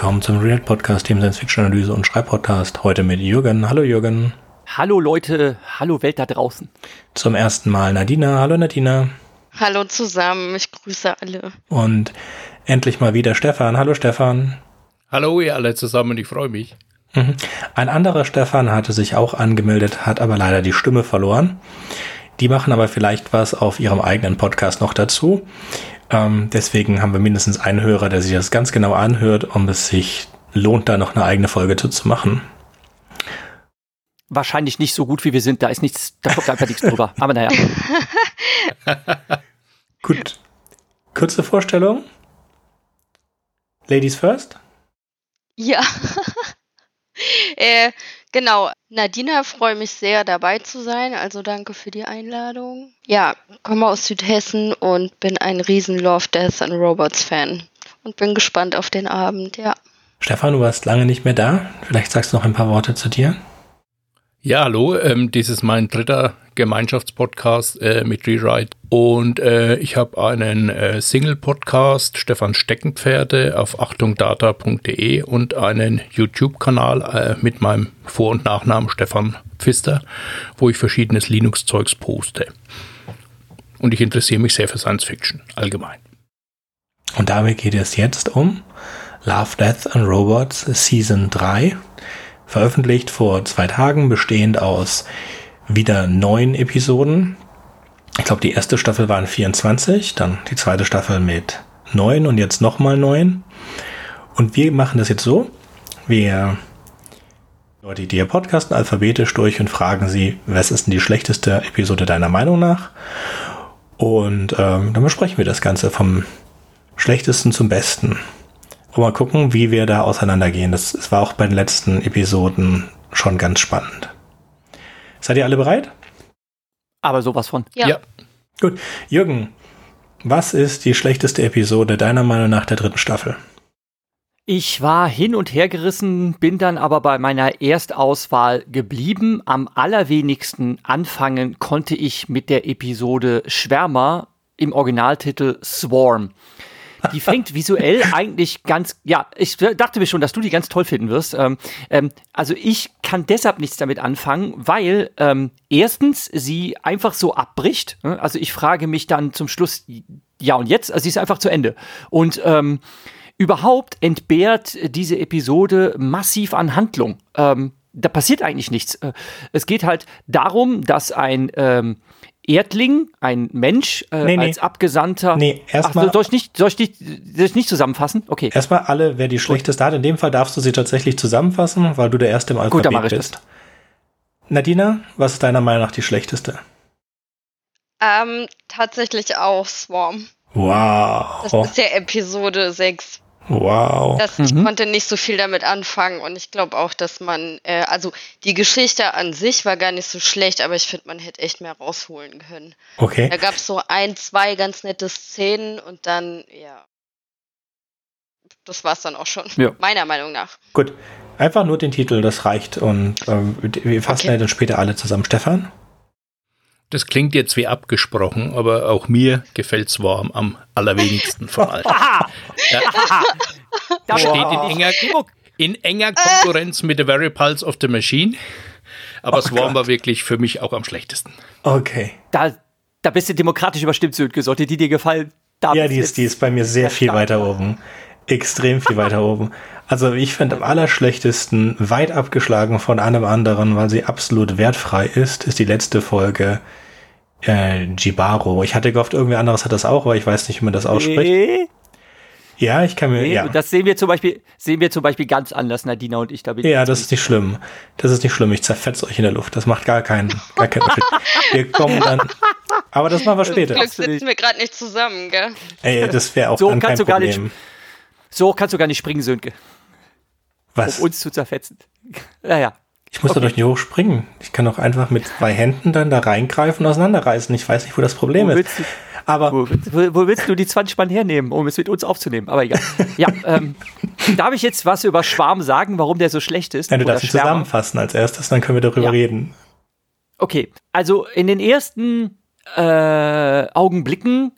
willkommen zum Real Podcast, Team Science Fiction Analyse und Schreibpodcast. Heute mit Jürgen. Hallo Jürgen. Hallo Leute, hallo Welt da draußen. Zum ersten Mal Nadina. Hallo Nadina. Hallo zusammen, ich grüße alle. Und endlich mal wieder Stefan. Hallo Stefan. Hallo ihr alle zusammen, ich freue mich. Ein anderer Stefan hatte sich auch angemeldet, hat aber leider die Stimme verloren. Die machen aber vielleicht was auf ihrem eigenen Podcast noch dazu. Deswegen haben wir mindestens einen Hörer, der sich das ganz genau anhört, um es sich lohnt, da noch eine eigene Folge zu machen. Wahrscheinlich nicht so gut, wie wir sind. Da kommt einfach nichts drüber. Aber naja. Gut. Kurze Vorstellung. Ladies first? Ja. Genau. Nadina, freue mich sehr, dabei zu sein. Also danke für die Einladung. Ja, komme aus Südhessen und bin ein riesen Love, Death and Robots Fan. Und bin gespannt auf den Abend, ja. Stefan, du warst lange nicht mehr da. Vielleicht sagst du noch ein paar Worte zu dir. Ja, hallo, dies ist mein dritter Gemeinschaftspodcast mit Rewrite und ich habe einen Single-Podcast, Stefan Steckenpferde, auf achtungdata.de und einen YouTube-Kanal mit meinem Vor- und Nachnamen Stefan Pfister, wo ich verschiedenes Linux-Zeugs poste. Und ich interessiere mich sehr für Science-Fiction allgemein. Und damit geht es jetzt um Love, Death and Robots Season 3. Veröffentlicht vor 2 Tagen, bestehend aus wieder 9 Episoden. Ich glaube, die erste Staffel waren 24, dann die zweite Staffel mit 9 und jetzt nochmal 9. Und wir machen das jetzt so, wir Leute, die hier podcasten, alphabetisch durch und fragen sie, was ist denn die schlechteste Episode deiner Meinung nach? Und dann besprechen wir das Ganze vom schlechtesten zum besten. Und mal gucken, wie wir da auseinandergehen. Das war auch bei den letzten Episoden schon ganz spannend. Seid ihr alle bereit? Aber sowas von. Ja. Gut. Jürgen, was ist die schlechteste Episode deiner Meinung nach der 3. Staffel? Ich war hin und her gerissen, bin dann aber bei meiner Erstauswahl geblieben. Am allerwenigsten anfangen konnte ich mit der Episode Schwärmer im Originaltitel Swarm. Die fängt visuell eigentlich ganz, ja, ich dachte mir schon, dass du die ganz toll finden wirst. Also ich kann deshalb nichts damit anfangen, weil erstens sie einfach so abbricht. Also ich frage mich dann zum Schluss, ja und jetzt? Also sie ist einfach zu Ende. Und überhaupt entbehrt diese Episode massiv an Handlung. Da passiert eigentlich nichts. Es geht halt darum, dass ein Erdling, ein Mensch, als Abgesandter. Nee, erstmal. Soll ich nicht zusammenfassen? Okay. Erstmal alle, wer die schlechteste hat. In dem Fall darfst du sie tatsächlich zusammenfassen, weil du der Erste im Alphabet dann mache ich bist. Das. Nadina, was ist deiner Meinung nach die schlechteste? Tatsächlich auch Swarm. Wow. Das ist ja Episode 6. Wow. Ich konnte nicht so viel damit anfangen und ich glaube auch, dass man, also die Geschichte an sich war gar nicht so schlecht, aber ich finde, man hätte echt mehr rausholen können. Okay. Da gab es so 1, 2 ganz nette Szenen und dann, ja, das war's dann auch schon, meiner Meinung nach. Gut, einfach nur den Titel, das reicht und wir fassen ja dann später alle zusammen. Stefan? Das klingt jetzt wie abgesprochen, aber auch mir gefällt Swarm am allerwenigsten von allen. Da steht in enger Konkurrenz mit The Very Pulse of the Machine, aber Swarm war wirklich für mich auch am schlechtesten. Okay. Da bist du demokratisch überstimmt, Sönke. Sollte die dir gefallen? Ja, die ist bei mir sehr viel weiter oben. Extrem viel weiter oben. Also ich finde am allerschlechtesten, weit abgeschlagen von allem anderen, weil sie absolut wertfrei ist die letzte Folge Jibaro. Ich hatte gehofft, irgendwer anderes hat das auch, aber ich weiß nicht, wie man das ausspricht. Ja, ich kann mir, ja. Das sehen wir zum Beispiel ganz anders, Nadina und ich. Ja, das ist nicht schlimm. Das ist nicht schlimm. Ich zerfetze euch in der Luft. Das macht gar keinen Unterschied. Wir kommen dann, aber das machen wir später. Zum Glück sitzen wir gerade nicht zusammen, gell? Ey, das wäre auch so dann kein Problem. So kannst du gar nicht springen, Sönke. Was? Um uns zu zerfetzen. Naja. Ich muss doch nicht hochspringen. Ich kann doch einfach mit 2 Händen dann da reingreifen und auseinanderreißen. Ich weiß nicht, wo das Problem ist. Aber wo willst du die 20 Mann hernehmen, um es mit uns aufzunehmen? Aber egal. Ja, darf ich jetzt was über Schwarm sagen, warum der so schlecht ist? Ja, du darfst ihn zusammenfassen als erstes, dann können wir darüber reden. Okay, also in den ersten Augenblicken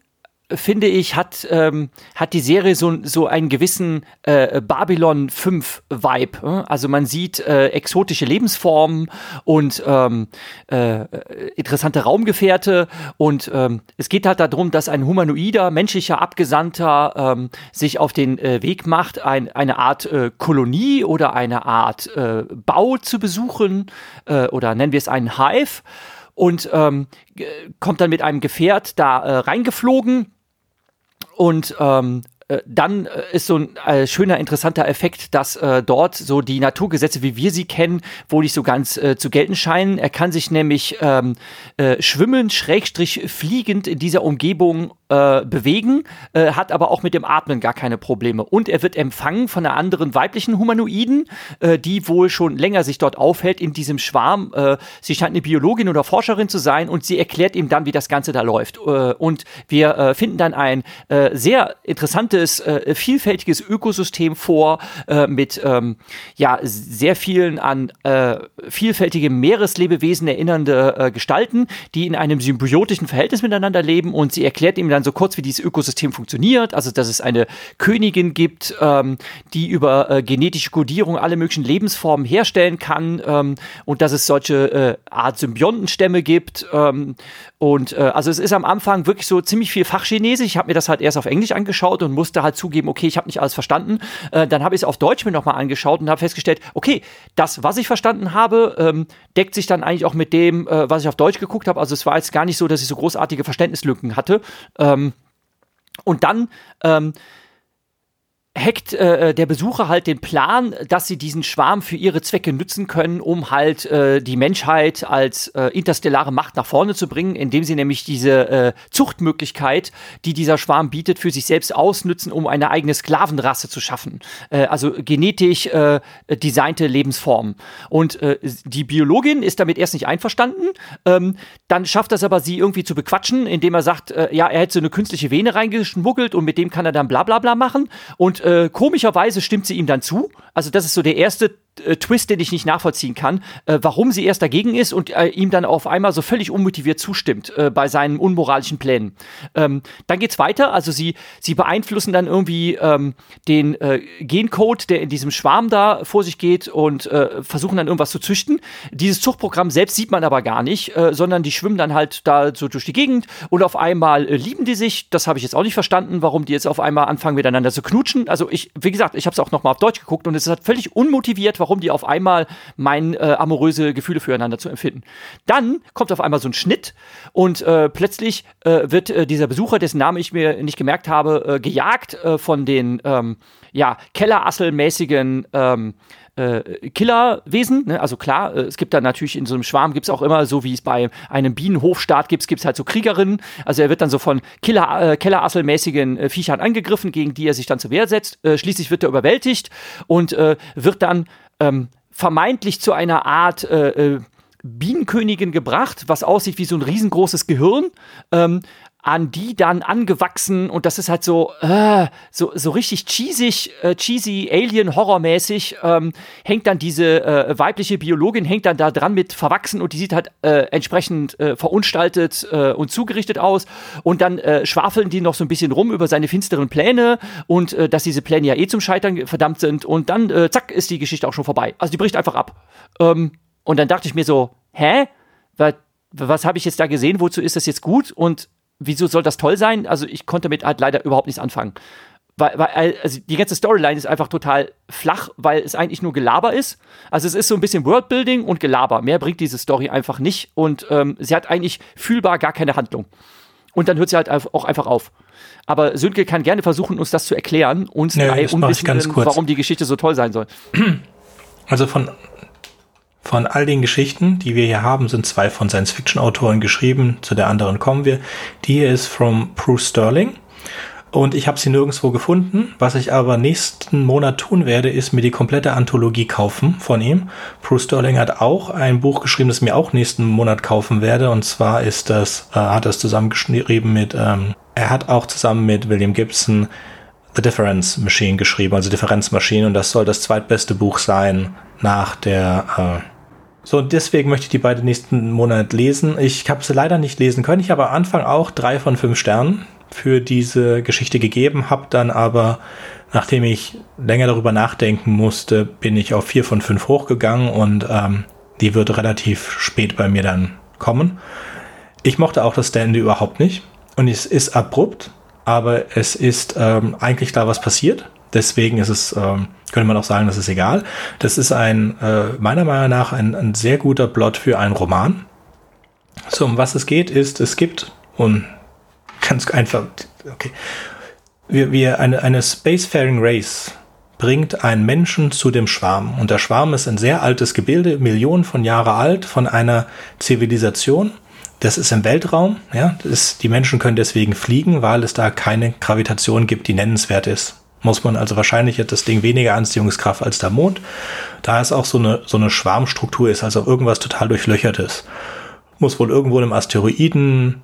finde ich, hat die Serie so einen gewissen Babylon 5 Vibe. Also man sieht exotische Lebensformen und interessante Raumgefährte und es geht halt darum, dass ein humanoider, menschlicher Abgesandter sich auf den Weg macht, eine Art Kolonie oder eine Art Bau zu besuchen oder nennen wir es einen Hive und kommt dann mit einem Gefährt da reingeflogen. Und dann ist so ein schöner, interessanter Effekt, dass dort so die Naturgesetze, wie wir sie kennen, wohl nicht so ganz zu gelten scheinen. Er kann sich nämlich schwimmend, fliegend in dieser Umgebung bewegen, hat aber auch mit dem Atmen gar keine Probleme. Und er wird empfangen von einer anderen weiblichen Humanoiden, die wohl schon länger sich dort aufhält in diesem Schwarm. Sie scheint eine Biologin oder Forscherin zu sein und sie erklärt ihm dann, wie das Ganze da läuft. Und wir finden dann ein sehr interessantes, vielfältiges Ökosystem vor, mit sehr vielen an vielfältige Meereslebewesen erinnernde Gestalten, die in einem symbiotischen Verhältnis miteinander leben und sie erklärt ihm dann so kurz, wie dieses Ökosystem funktioniert, also dass es eine Königin gibt, die über genetische Kodierung alle möglichen Lebensformen herstellen kann und dass es solche Art Symbiontenstämme gibt also es ist am Anfang wirklich so ziemlich viel Fachchinesisch. Ich habe mir das halt erst auf Englisch angeschaut und musste halt zugeben, okay, ich habe nicht alles verstanden. Dann habe ich es auf Deutsch mir nochmal angeschaut und habe festgestellt, okay, das, was ich verstanden habe, deckt sich dann eigentlich auch mit dem, was ich auf Deutsch geguckt habe. Also es war jetzt gar nicht so, dass ich so großartige Verständnislücken hatte. Und dann hackt der Besucher halt den Plan, dass sie diesen Schwarm für ihre Zwecke nutzen können, um halt die Menschheit als interstellare Macht nach vorne zu bringen, indem sie nämlich diese Zuchtmöglichkeit, die dieser Schwarm bietet, für sich selbst ausnutzen, um eine eigene Sklavenrasse zu schaffen. Also genetisch designte Lebensformen. Und die Biologin ist damit erst nicht einverstanden, dann schafft das aber, sie irgendwie zu bequatschen, indem er sagt, er hätte so eine künstliche Vene reingeschmuggelt und mit dem kann er dann bla bla bla machen. Und komischerweise stimmt sie ihm dann zu. Also das ist so der erste Twist, den ich nicht nachvollziehen kann, warum sie erst dagegen ist und ihm dann auf einmal so völlig unmotiviert zustimmt bei seinen unmoralischen Plänen. Dann geht's weiter, also sie beeinflussen dann irgendwie den Gencode, der in diesem Schwarm da vor sich geht und versuchen dann irgendwas zu züchten. Dieses Zuchtprogramm selbst sieht man aber gar nicht, sondern die schwimmen dann halt da so durch die Gegend und auf einmal lieben die sich. Das habe ich jetzt auch nicht verstanden, warum die jetzt auf einmal anfangen miteinander zu knutschen. Also wie gesagt, ich habe es auch nochmal auf Deutsch geguckt und es ist halt völlig unmotiviert, warum die auf einmal meinen, amoröse Gefühle füreinander zu empfinden. Dann kommt auf einmal so ein Schnitt und plötzlich wird dieser Besucher, dessen Namen ich mir nicht gemerkt habe, gejagt von den Kellerasselmäßigen Killerwesen, ne? Also klar, es gibt dann natürlich in so einem Schwarm gibt's auch immer, so wie es bei einem Bienenhofstaat gibt's halt so Kriegerinnen, also er wird dann so von Kellerasselmäßigen Viechern angegriffen, gegen die er sich dann zur Wehr setzt, schließlich wird er überwältigt und wird dann vermeintlich zu einer Art Bienenkönigin gebracht, was aussieht wie so ein riesengroßes Gehirn, an die dann angewachsen und das ist halt so richtig cheesy Alien-Horror-mäßig, hängt dann diese weibliche Biologin, hängt dann da dran mit verwachsen und die sieht halt entsprechend verunstaltet und zugerichtet aus und dann schwafeln die noch so ein bisschen rum über seine finsteren Pläne und dass diese Pläne ja zum Scheitern verdammt sind und dann zack, ist die Geschichte auch schon vorbei. Also die bricht einfach ab. Und dann dachte ich mir so, was habe ich jetzt da gesehen, wozu ist das jetzt gut und wieso soll das toll sein? Also ich konnte damit halt leider überhaupt nichts anfangen. Weil also die ganze Storyline ist einfach total flach, weil es eigentlich nur Gelaber ist. Also es ist so ein bisschen Worldbuilding und Gelaber. Mehr bringt diese Story einfach nicht. Und sie hat eigentlich fühlbar gar keine Handlung. Und dann hört sie halt auch einfach auf. Aber Sönke kann gerne versuchen, uns das zu erklären. Uns drei Unwissenden, warum die Geschichte so toll sein soll. Also von all den Geschichten, die wir hier haben, sind 2 von Science-Fiction-Autoren geschrieben. Zu der anderen kommen wir. Die hier ist from Bruce Sterling. Und ich habe sie nirgendwo gefunden. Was ich aber nächsten Monat tun werde, ist mir die komplette Anthologie kaufen von ihm. Bruce Sterling hat auch ein Buch geschrieben, das ich mir auch nächsten Monat kaufen werde. Und zwar ist das, hat er es zusammengeschrieben mit, er hat auch zusammen mit William Gibson The Difference Machine geschrieben, also Differenzmaschine. Und das soll das zweitbeste Buch sein nach der, so, deswegen möchte ich die beiden nächsten Monat lesen. Ich habe sie leider nicht lesen können. Ich habe am Anfang auch 3 von 5 Sternen für diese Geschichte gegeben, habe dann aber, nachdem ich länger darüber nachdenken musste, bin ich auf 4 von 5 hochgegangen und die wird relativ spät bei mir dann kommen. Ich mochte auch das Ende überhaupt nicht und es ist abrupt, aber es ist eigentlich klar, was passiert. Deswegen ist es, könnte man auch sagen, das ist egal. Das ist meiner Meinung nach ein sehr guter Plot für einen Roman. So, um was es geht, ist, es gibt, und ganz einfach, okay, eine Spacefaring Race bringt einen Menschen zu dem Schwarm. Und der Schwarm ist ein sehr altes Gebilde, Millionen von Jahren alt, von einer Zivilisation. Das ist im Weltraum, ja. Die Menschen können deswegen fliegen, weil es da keine Gravitation gibt, die nennenswert ist. Muss man also wahrscheinlich hat das Ding weniger Anziehungskraft als der Mond. Da es auch so eine Schwarmstruktur ist, also irgendwas total Durchlöchertes. Muss wohl irgendwo in einem Asteroidengürtel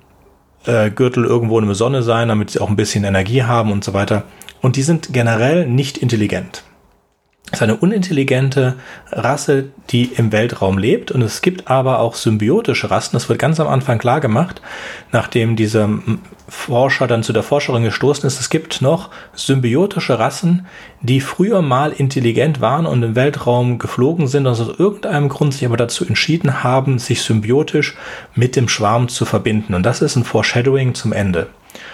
irgendwo in der Sonne sein, damit sie auch ein bisschen Energie haben und so weiter. Und die sind generell nicht intelligent. Es ist eine unintelligente Rasse, die im Weltraum lebt. Und es gibt aber auch symbiotische Rassen. Das wird ganz am Anfang klar gemacht, nachdem dieser Forscher dann zu der Forscherin gestoßen ist. Es gibt noch symbiotische Rassen, die früher mal intelligent waren und im Weltraum geflogen sind, und aus irgendeinem Grund sich aber dazu entschieden haben, sich symbiotisch mit dem Schwarm zu verbinden. Und das ist ein Foreshadowing zum Ende.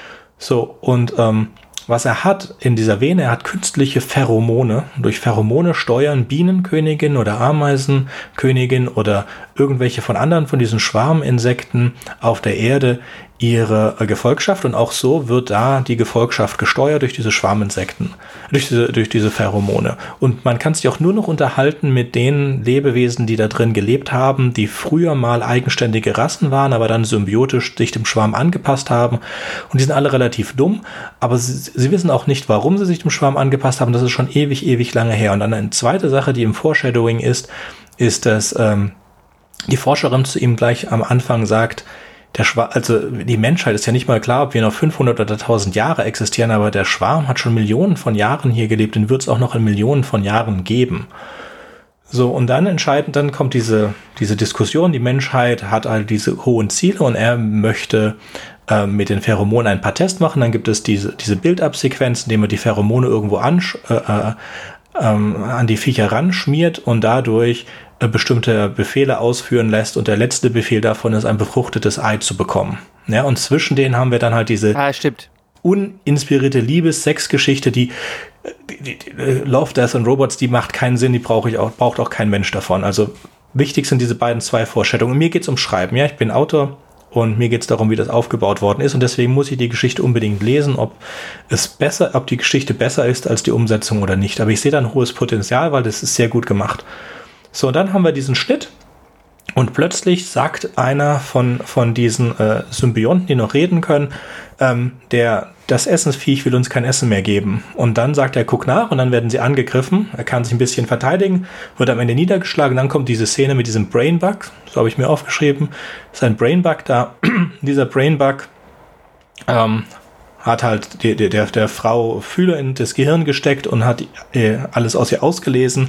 So, und was er hat in dieser Vene, er hat künstliche Pheromone. Durch Pheromone steuern Bienenkönigin oder Ameisenkönigin oder irgendwelche von anderen von diesen Schwarminsekten auf der Erde ihre Gefolgschaft, und auch so wird da die Gefolgschaft gesteuert durch diese Schwarminsekten, durch diese Pheromone. Und man kann sich auch nur noch unterhalten mit den Lebewesen, die da drin gelebt haben, die früher mal eigenständige Rassen waren, aber dann symbiotisch sich dem Schwarm angepasst haben. Und die sind alle relativ dumm, aber sie wissen auch nicht, warum sie sich dem Schwarm angepasst haben. Das ist schon ewig lange her. Und dann eine zweite Sache, die im Foreshadowing ist, dass die Forscherin zu ihm gleich am Anfang sagt, also die Menschheit ist ja nicht mal klar, ob wir noch 500 oder 1000 Jahre existieren, aber der Schwarm hat schon Millionen von Jahren hier gelebt und wird es auch noch in Millionen von Jahren geben. So, und dann kommt diese Diskussion, die Menschheit hat all diese hohen Ziele und er möchte mit den Pheromonen ein paar Tests machen. Dann gibt es diese Build-up-Sequenz, indem er die Pheromone irgendwo an die Viecher ranschmiert und dadurch bestimmte Befehle ausführen lässt, und der letzte Befehl davon ist, ein befruchtetes Ei zu bekommen. Ja, und zwischen denen haben wir dann halt diese uninspirierte Liebes-Sex-Geschichte, die Love, Death and Robots, die macht keinen Sinn, die braucht auch kein Mensch davon. Also wichtig sind diese beiden zwei Vorstellungen. Mir geht's ums Schreiben, ja, ich bin Autor und mir geht's darum, wie das aufgebaut worden ist, und deswegen muss ich die Geschichte unbedingt lesen, ob die Geschichte besser ist als die Umsetzung oder nicht. Aber ich sehe da ein hohes Potenzial, weil das ist sehr gut gemacht. So, und dann haben wir diesen Schnitt und plötzlich sagt einer von diesen Symbionten, die noch reden können, das Essensviech will uns kein Essen mehr geben. Und dann sagt er, guck nach, und dann werden sie angegriffen. Er kann sich ein bisschen verteidigen, wird am Ende niedergeschlagen. Dann kommt diese Szene mit diesem Brainbug, so habe ich mir aufgeschrieben. Das ist ein Brainbug da. Dieser Brainbug hat halt der Frau Fühler in das Gehirn gesteckt und hat alles aus ihr ausgelesen.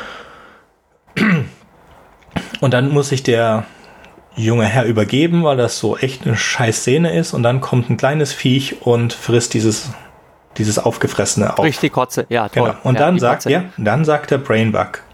Und dann muss sich der junge Herr übergeben, weil das so echt eine scheiß Szene ist, und dann kommt ein kleines Viech und frisst dieses Aufgefressene auf. Richtig Kotze, ja, toll. Genau. Und dann sagt der Brainbug,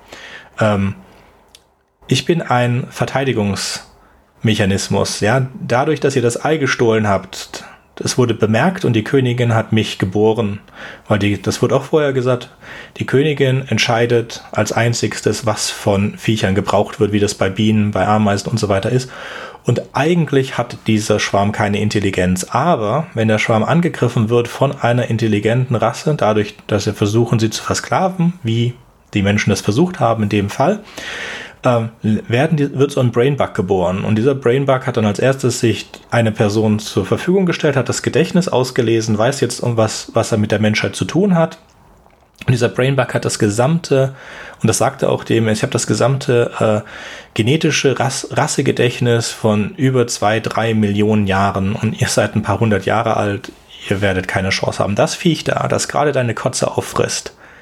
ich bin ein Verteidigungsmechanismus, ja, dadurch, dass ihr das Ei gestohlen habt, das wurde bemerkt und die Königin hat mich geboren, weil das wurde auch vorher gesagt, die Königin entscheidet als einzigstes, was von Viechern gebraucht wird, wie das bei Bienen, bei Ameisen und so weiter ist. Und eigentlich hat dieser Schwarm keine Intelligenz. Aber wenn der Schwarm angegriffen wird von einer intelligenten Rasse, dadurch, dass sie versuchen, sie zu versklaven, wie die Menschen das versucht haben in dem Fall, wird so ein Brainbug geboren. Und dieser Brainbug hat dann als erstes sich eine Person zur Verfügung gestellt, hat das Gedächtnis ausgelesen, weiß jetzt, was er mit der Menschheit zu tun hat. Und dieser Brainbug hat das gesamte, und das sagte auch dem, ich habe das gesamte genetische Rassegedächtnis von über 2-3 Millionen Jahren, und ihr seid ein paar hundert Jahre alt, ihr werdet keine Chance haben. Das Viech da, das gerade deine Kotze auffrisst,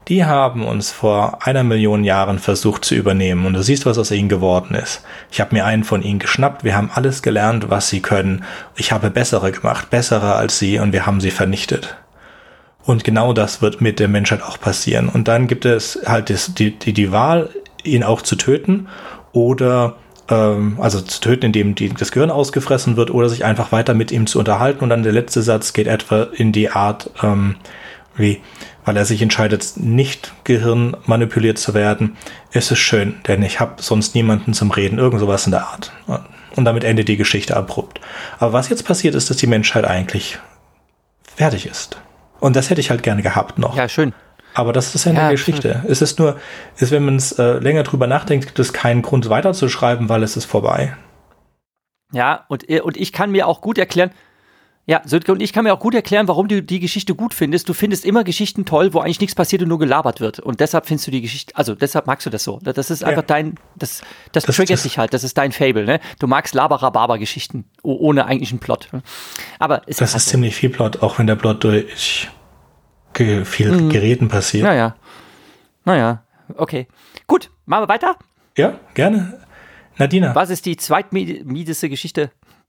Die haben uns vor 1 Million Jahren versucht zu übernehmen und du siehst, was aus ihnen geworden ist. Ich habe mir einen von ihnen geschnappt, wir haben alles gelernt, was sie können. Ich habe bessere gemacht, bessere als sie und wir haben sie vernichtet. Und genau das wird mit der Menschheit auch passieren. Und dann gibt es halt die Wahl, ihn auch zu töten oder also zu töten, indem das Gehirn ausgefressen wird oder sich einfach weiter mit ihm zu unterhalten. Und dann der letzte Satz geht etwa in die Art, weil er sich entscheidet, nicht Gehirn manipuliert zu werden. Es ist schön, denn ich habe sonst niemanden zum Reden. Irgend sowas in der Art. Und damit endet die Geschichte abrupt. Aber was jetzt passiert ist, dass die Menschheit eigentlich fertig ist. Und das hätte ich halt gerne gehabt noch. Ja, schön. Aber das ist ja eine Geschichte. Schön. Es ist nur, wenn man es länger drüber nachdenkt, gibt es keinen Grund weiterzuschreiben, weil es ist vorbei. Ja, und ich kann mir auch gut erklären, Sönke, und ich kann mir auch gut erklären, warum du die Geschichte gut findest. Du findest immer Geschichten toll, wo eigentlich nichts passiert und nur gelabert wird. Und deshalb findest du die Geschichte, also deshalb magst du das so. Das ist einfach das triggert dich halt, das ist dein Fable, ne? Du magst Laber-Rababer-Geschichten ohne eigentlichen Plot. Aber das ist halt ziemlich viel Plot, auch wenn der Plot durch viel Geräten passiert. Naja, okay. Gut, machen wir weiter? Ja, gerne. Nadina. Was ist die zweitmiedeste Geschichte?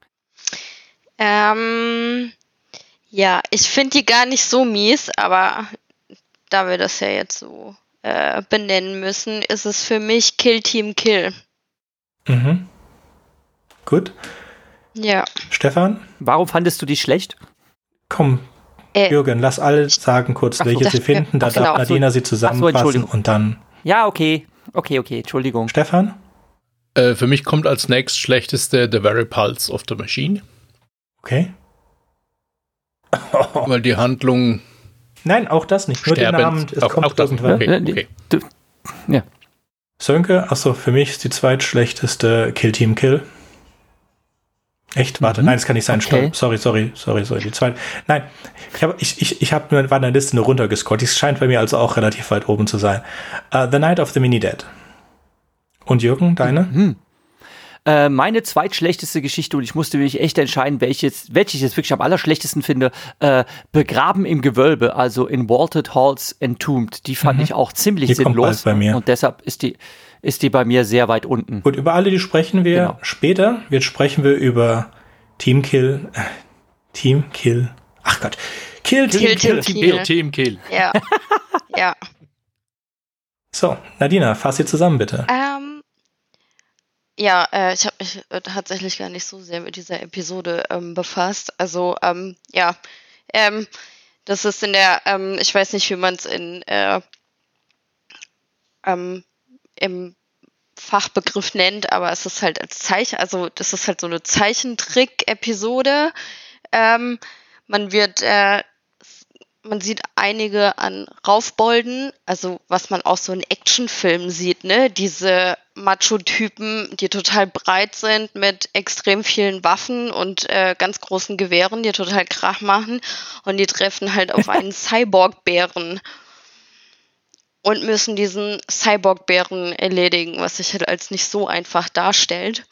Ich finde die gar nicht so mies, aber da wir das ja jetzt so benennen müssen, ist es für mich Kill Team Kill. Mhm. Gut. Ja. Stefan? Warum fandest du die schlecht? Komm, Jürgen, lass alle sagen kurz, welche sie finden, da darf Nadina sie zusammenfassen und dann... Ja, okay, Entschuldigung. Stefan? Für mich kommt als nächstes schlechteste The Very Pulse of the Machine. Okay. Weil die Handlung... Nein, auch das nicht. Nur den Namen, es kommt auch irgendwann. Okay. Ja. Sönke, achso, für mich ist die zweitschlechteste Kill Team Kill. Echt? Warte, nein, das kann nicht sein. Okay. Sorry. Die zweite. Nein, ich war in der Liste nur runtergescrollt. Die scheint bei mir also auch relativ weit oben zu sein. The Night of the Mini-Dead. Und Jürgen, deine? Meine zweitschlechteste Geschichte, und ich musste mich echt entscheiden, welche ich jetzt wirklich am allerschlechtesten finde, Begraben im Gewölbe, also in Vaulted Halls Entombed. Die fand ich auch ziemlich sinnlos. Bei mir. Und deshalb ist die bei mir sehr weit unten. Gut, über alle, die sprechen wir später. Jetzt sprechen wir über Team Kill. Ach Gott. Kill Team Kill. Ja. Ja. So, Nadina, fass sie zusammen, bitte. Ich habe mich tatsächlich gar nicht so sehr mit dieser Episode befasst. Also, das ist in der, ich weiß nicht, wie man es im Fachbegriff nennt, aber es ist halt als das ist halt so eine Zeichentrick-Episode. Man sieht einige an Raufbolden, also was man auch so in Actionfilmen sieht, ne? Diese Macho-Typen, die total breit sind mit extrem vielen Waffen und ganz großen Gewehren, die total Krach machen und die treffen halt auf einen Cyborg-Bären und müssen diesen Cyborg-Bären erledigen, was sich halt als nicht so einfach darstellt.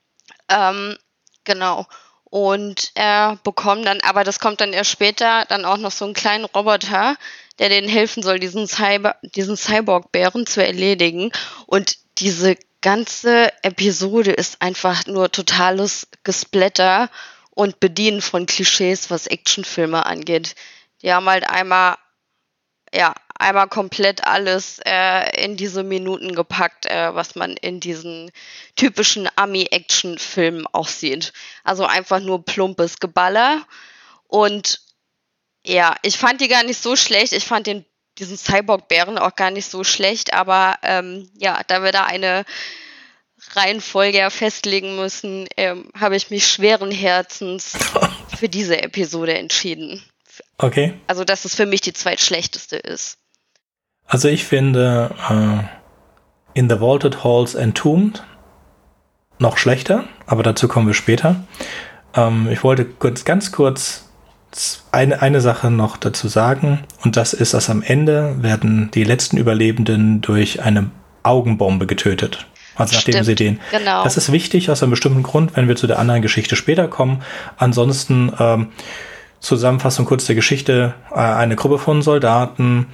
Genau. Und er bekommt dann, aber das kommt dann erst später, dann auch noch so einen kleinen Roboter, der denen helfen soll, diesen Cyborg-Bären zu erledigen. Und diese ganze Episode ist einfach nur totales Gesplatter und Bedienen von Klischees, was Actionfilme angeht. Die haben halt einmal komplett alles in diese Minuten gepackt, was man in diesen typischen Ami-Action-Filmen auch sieht. Also einfach nur plumpes Geballer. Und ja, ich fand die gar nicht so schlecht. Ich fand diesen Cyborg-Bären auch gar nicht so schlecht. Aber da wir da eine Reihenfolge festlegen müssen, habe ich mich schweren Herzens für diese Episode entschieden. Okay. Also, dass es für mich die zweitschlechteste ist. Also ich finde In the Vaulted Halls Entombed noch schlechter, aber dazu kommen wir später. Ich wollte ganz kurz eine Sache noch dazu sagen, und das ist, dass am Ende werden die letzten Überlebenden durch eine Augenbombe getötet. Also nachdem sie den... Genau. Das ist wichtig aus einem bestimmten Grund, wenn wir zu der anderen Geschichte später kommen. Ansonsten Zusammenfassung kurz der Geschichte. Eine Gruppe von Soldaten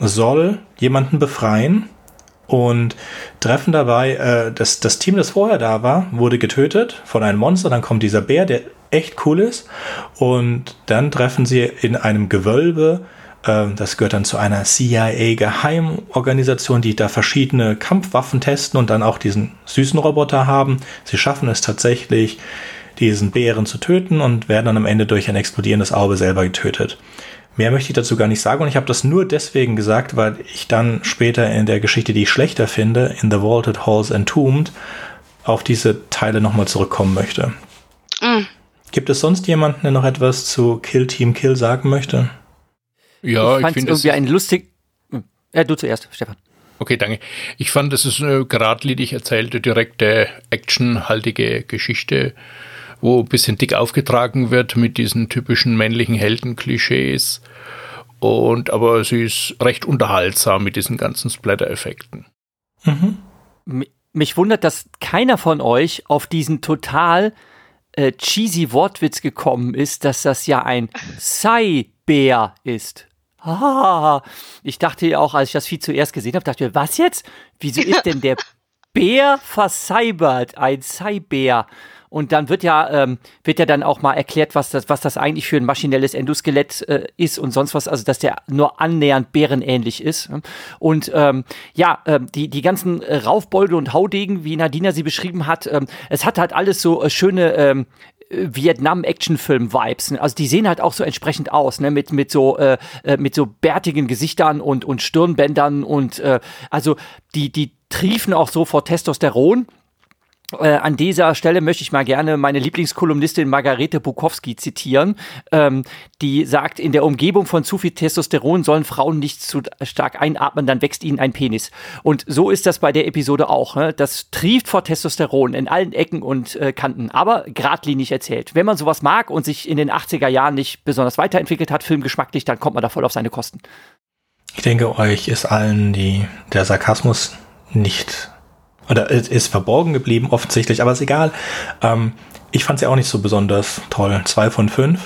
soll jemanden befreien und treffen dabei, das Team, das vorher da war, wurde getötet von einem Monster. Dann kommt dieser Bär, der echt cool ist. Und dann treffen sie in einem Gewölbe, das gehört dann zu einer CIA-Geheimorganisation, die da verschiedene Kampfwaffen testen und dann auch diesen süßen Roboter haben. Sie schaffen es tatsächlich, diesen Bären zu töten und werden dann am Ende durch ein explodierendes Auge selber getötet. Mehr möchte ich dazu gar nicht sagen und ich habe das nur deswegen gesagt, weil ich dann später in der Geschichte, die ich schlechter finde, in The Vaulted Halls Entombed, auf diese Teile nochmal zurückkommen möchte. Gibt es sonst jemanden, der noch etwas zu Kill Team Kill sagen möchte? Ja, ich finde irgendwie ein lustig... du zuerst, Stefan. Okay, danke. Ich fand, es ist eine geradlinig erzählte, direkte, actionhaltige Geschichte, wo ein bisschen dick aufgetragen wird mit diesen typischen männlichen Helden-Klischees. Aber sie ist recht unterhaltsam mit diesen ganzen Splatter-Effekten. Mhm. Mich wundert, dass keiner von euch auf diesen total cheesy Wortwitz gekommen ist, dass das ja ein Cyber ist. Ich dachte ja auch, als ich das Vieh zuerst gesehen habe, dachte ich mir, was jetzt? Wieso ist denn der Bär vercybert? Ein Cyber. Und dann wird ja dann auch mal erklärt, was das eigentlich für ein maschinelles Endoskelett ist und sonst was, also dass der nur annähernd bärenähnlich ist. Und die ganzen Raufbolde und Haudegen, wie Nadina sie beschrieben hat, es hat halt alles so schöne Vietnam-Action-Film-Vibes. Also die sehen halt auch so entsprechend aus, ne? Mit so bärtigen Gesichtern und Stirnbändern und also die triefen auch so vor Testosteron. An dieser Stelle möchte ich mal gerne meine Lieblingskolumnistin Margarete Bukowski zitieren. Die sagt, in der Umgebung von zu viel Testosteron sollen Frauen nicht zu stark einatmen, dann wächst ihnen ein Penis. Und so ist das bei der Episode auch. Ne? Das trieft vor Testosteron in allen Ecken und Kanten, aber geradlinig erzählt. Wenn man sowas mag und sich in den 80er Jahren nicht besonders weiterentwickelt hat, filmgeschmacklich, dann kommt man da voll auf seine Kosten. Ich denke, euch ist allen der Sarkasmus nicht... Oder es ist verborgen geblieben, offensichtlich, aber ist egal. Ich fand es ja auch nicht so besonders toll. 2 von 5.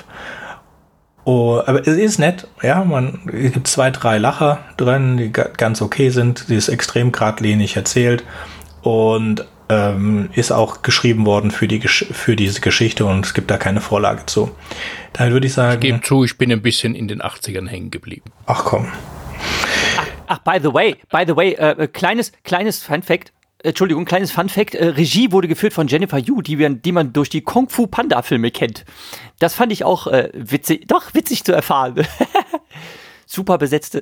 Aber es ist nett, ja. Es gibt 2, 3 Lacher drin, die ganz okay sind. Sie ist extrem geradlinig erzählt und ist auch geschrieben worden für diese Geschichte und es gibt da keine Vorlage zu. Daher würde ich sagen... Ich gebe zu, ich bin ein bisschen in den 80ern hängen geblieben. Ach komm. Ach, by the way, kleines Fun-Fact. Kleines Fun-Fact, Regie wurde geführt von Jennifer Yu, die man durch die Kung-Fu-Panda-Filme kennt. Das fand ich auch witzig zu erfahren. Super besetzte.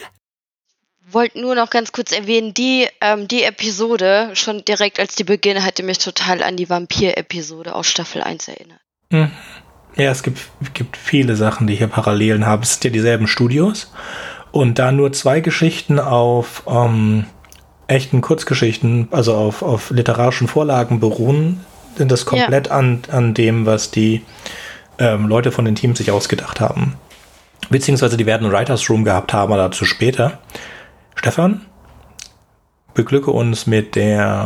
Wollte nur noch ganz kurz erwähnen, die Episode, schon direkt als die beginnt, hatte mich total an die Vampir-Episode aus Staffel 1 erinnert. Ja, es gibt viele Sachen, die hier Parallelen haben. Es sind ja dieselben Studios und da nur 2 Geschichten auf... echten Kurzgeschichten, also auf literarischen Vorlagen beruhen, sind das komplett an dem, was die Leute von den Teams sich ausgedacht haben. Beziehungsweise die werden einen Writers Room gehabt haben, aber dazu später. Stefan, beglücke uns mit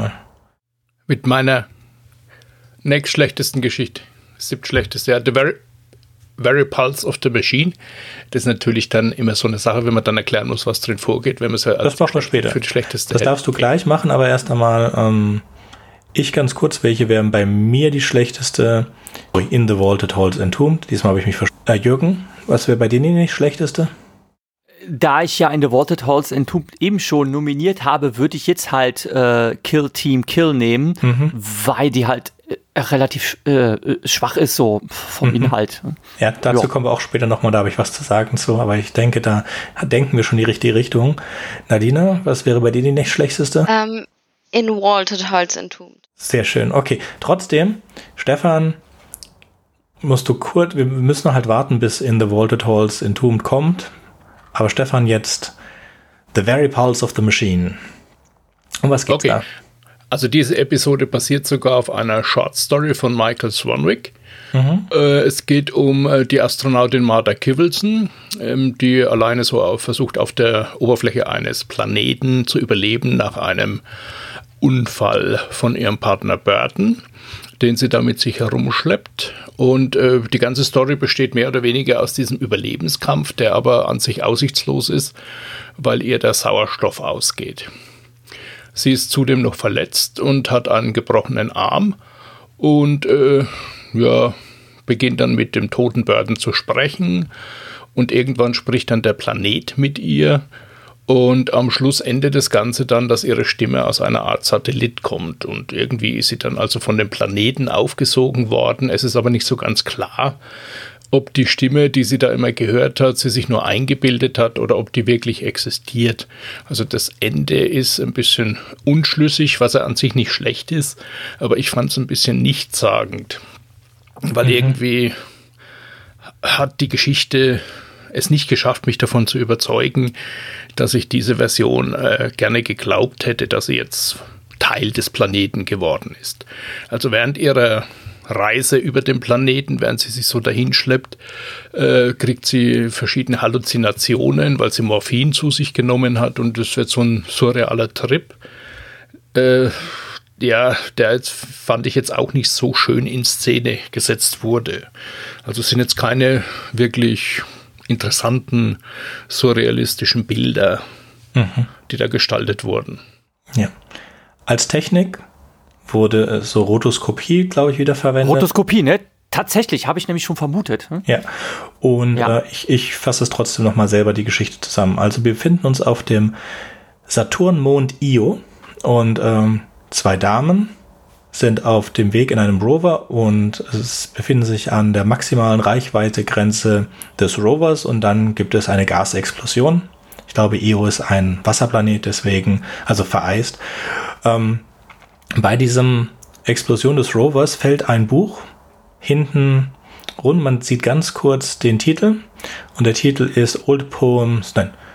meiner nächstschlechtesten Geschichte. 7. schlechteste, ja, The Very Pulse of the Machine. Das ist natürlich dann immer so eine Sache, wenn man dann erklären muss, was drin vorgeht, wenn man es ja das machen wir später. Für die schlechteste. Das darfst du gleich machen, aber erst einmal ich ganz kurz, welche wären bei mir die schlechteste? In The Vaulted Halls Entombed. Diesmal habe ich mich verstanden. Jürgen, was wäre bei dir die schlechteste? Da ich ja in The Vaulted Halls Entombed eben schon nominiert habe, würde ich jetzt halt Kill Team Kill nehmen, weil die halt relativ schwach ist, so vom Inhalt. Ja, dazu kommen wir auch später nochmal, da habe ich was zu sagen zu, aber ich denke, da denken wir schon die richtige Richtung. Nadina, was wäre bei dir die nächstschlechteste? In Vaulted Halls Entombed. Sehr schön, okay. Trotzdem, Stefan, wir müssen halt warten, bis in The Vaulted Halls Entombed kommt. Aber Stefan, jetzt The Very Pulse of the Machine. Um was geht's da? Also diese Episode basiert sogar auf einer Short Story von Michael Swanwick. Es geht um die Astronautin Martha Kivelson, die alleine so versucht, auf der Oberfläche eines Planeten zu überleben nach einem Unfall von ihrem Partner Burton. den sie da mit sich herumschleppt. Und die ganze Story besteht mehr oder weniger aus diesem Überlebenskampf, der aber an sich aussichtslos ist, weil ihr der Sauerstoff ausgeht. Sie ist zudem noch verletzt und hat einen gebrochenen Arm und beginnt dann mit dem toten Burton zu sprechen. Und irgendwann spricht dann der Planet mit ihr. Und am Schluss endet das Ganze dann, dass ihre Stimme aus einer Art Satellit kommt. Und irgendwie ist sie dann also von dem Planeten aufgesogen worden. Es ist aber nicht so ganz klar, ob die Stimme, die sie da immer gehört hat, sie sich nur eingebildet hat oder ob die wirklich existiert. Also das Ende ist ein bisschen unschlüssig, was ja an sich nicht schlecht ist. Aber ich fand es ein bisschen nichtssagend. Weil irgendwie hat die Geschichte es nicht geschafft, mich davon zu überzeugen, dass ich diese Version gerne geglaubt hätte, dass sie jetzt Teil des Planeten geworden ist. Also während ihrer Reise über den Planeten, während sie sich so dahinschleppt, kriegt sie verschiedene Halluzinationen, weil sie Morphin zu sich genommen hat und es wird so ein surrealer Trip. Der jetzt, fand ich jetzt auch nicht so schön in Szene gesetzt wurde. Also es sind jetzt keine wirklich interessanten, surrealistischen Bilder, die da gestaltet wurden. Ja. Als Technik wurde so Rotoskopie, glaube ich, wieder verwendet. Rotoskopie, ne? Tatsächlich, habe ich nämlich schon vermutet. Ja, und ich fasse es trotzdem nochmal selber die Geschichte zusammen. Also wir befinden uns auf dem Saturnmond Io und 2 Damen sind auf dem Weg in einem Rover und es befinden sich an der maximalen Reichweite-Grenze des Rovers und dann gibt es eine Gasexplosion. Ich glaube, Io ist ein Wasserplanet, deswegen, also vereist. Bei diesem Explosion des Rovers fällt ein Buch hinten rund. Man sieht ganz kurz den Titel und der Titel ist Poems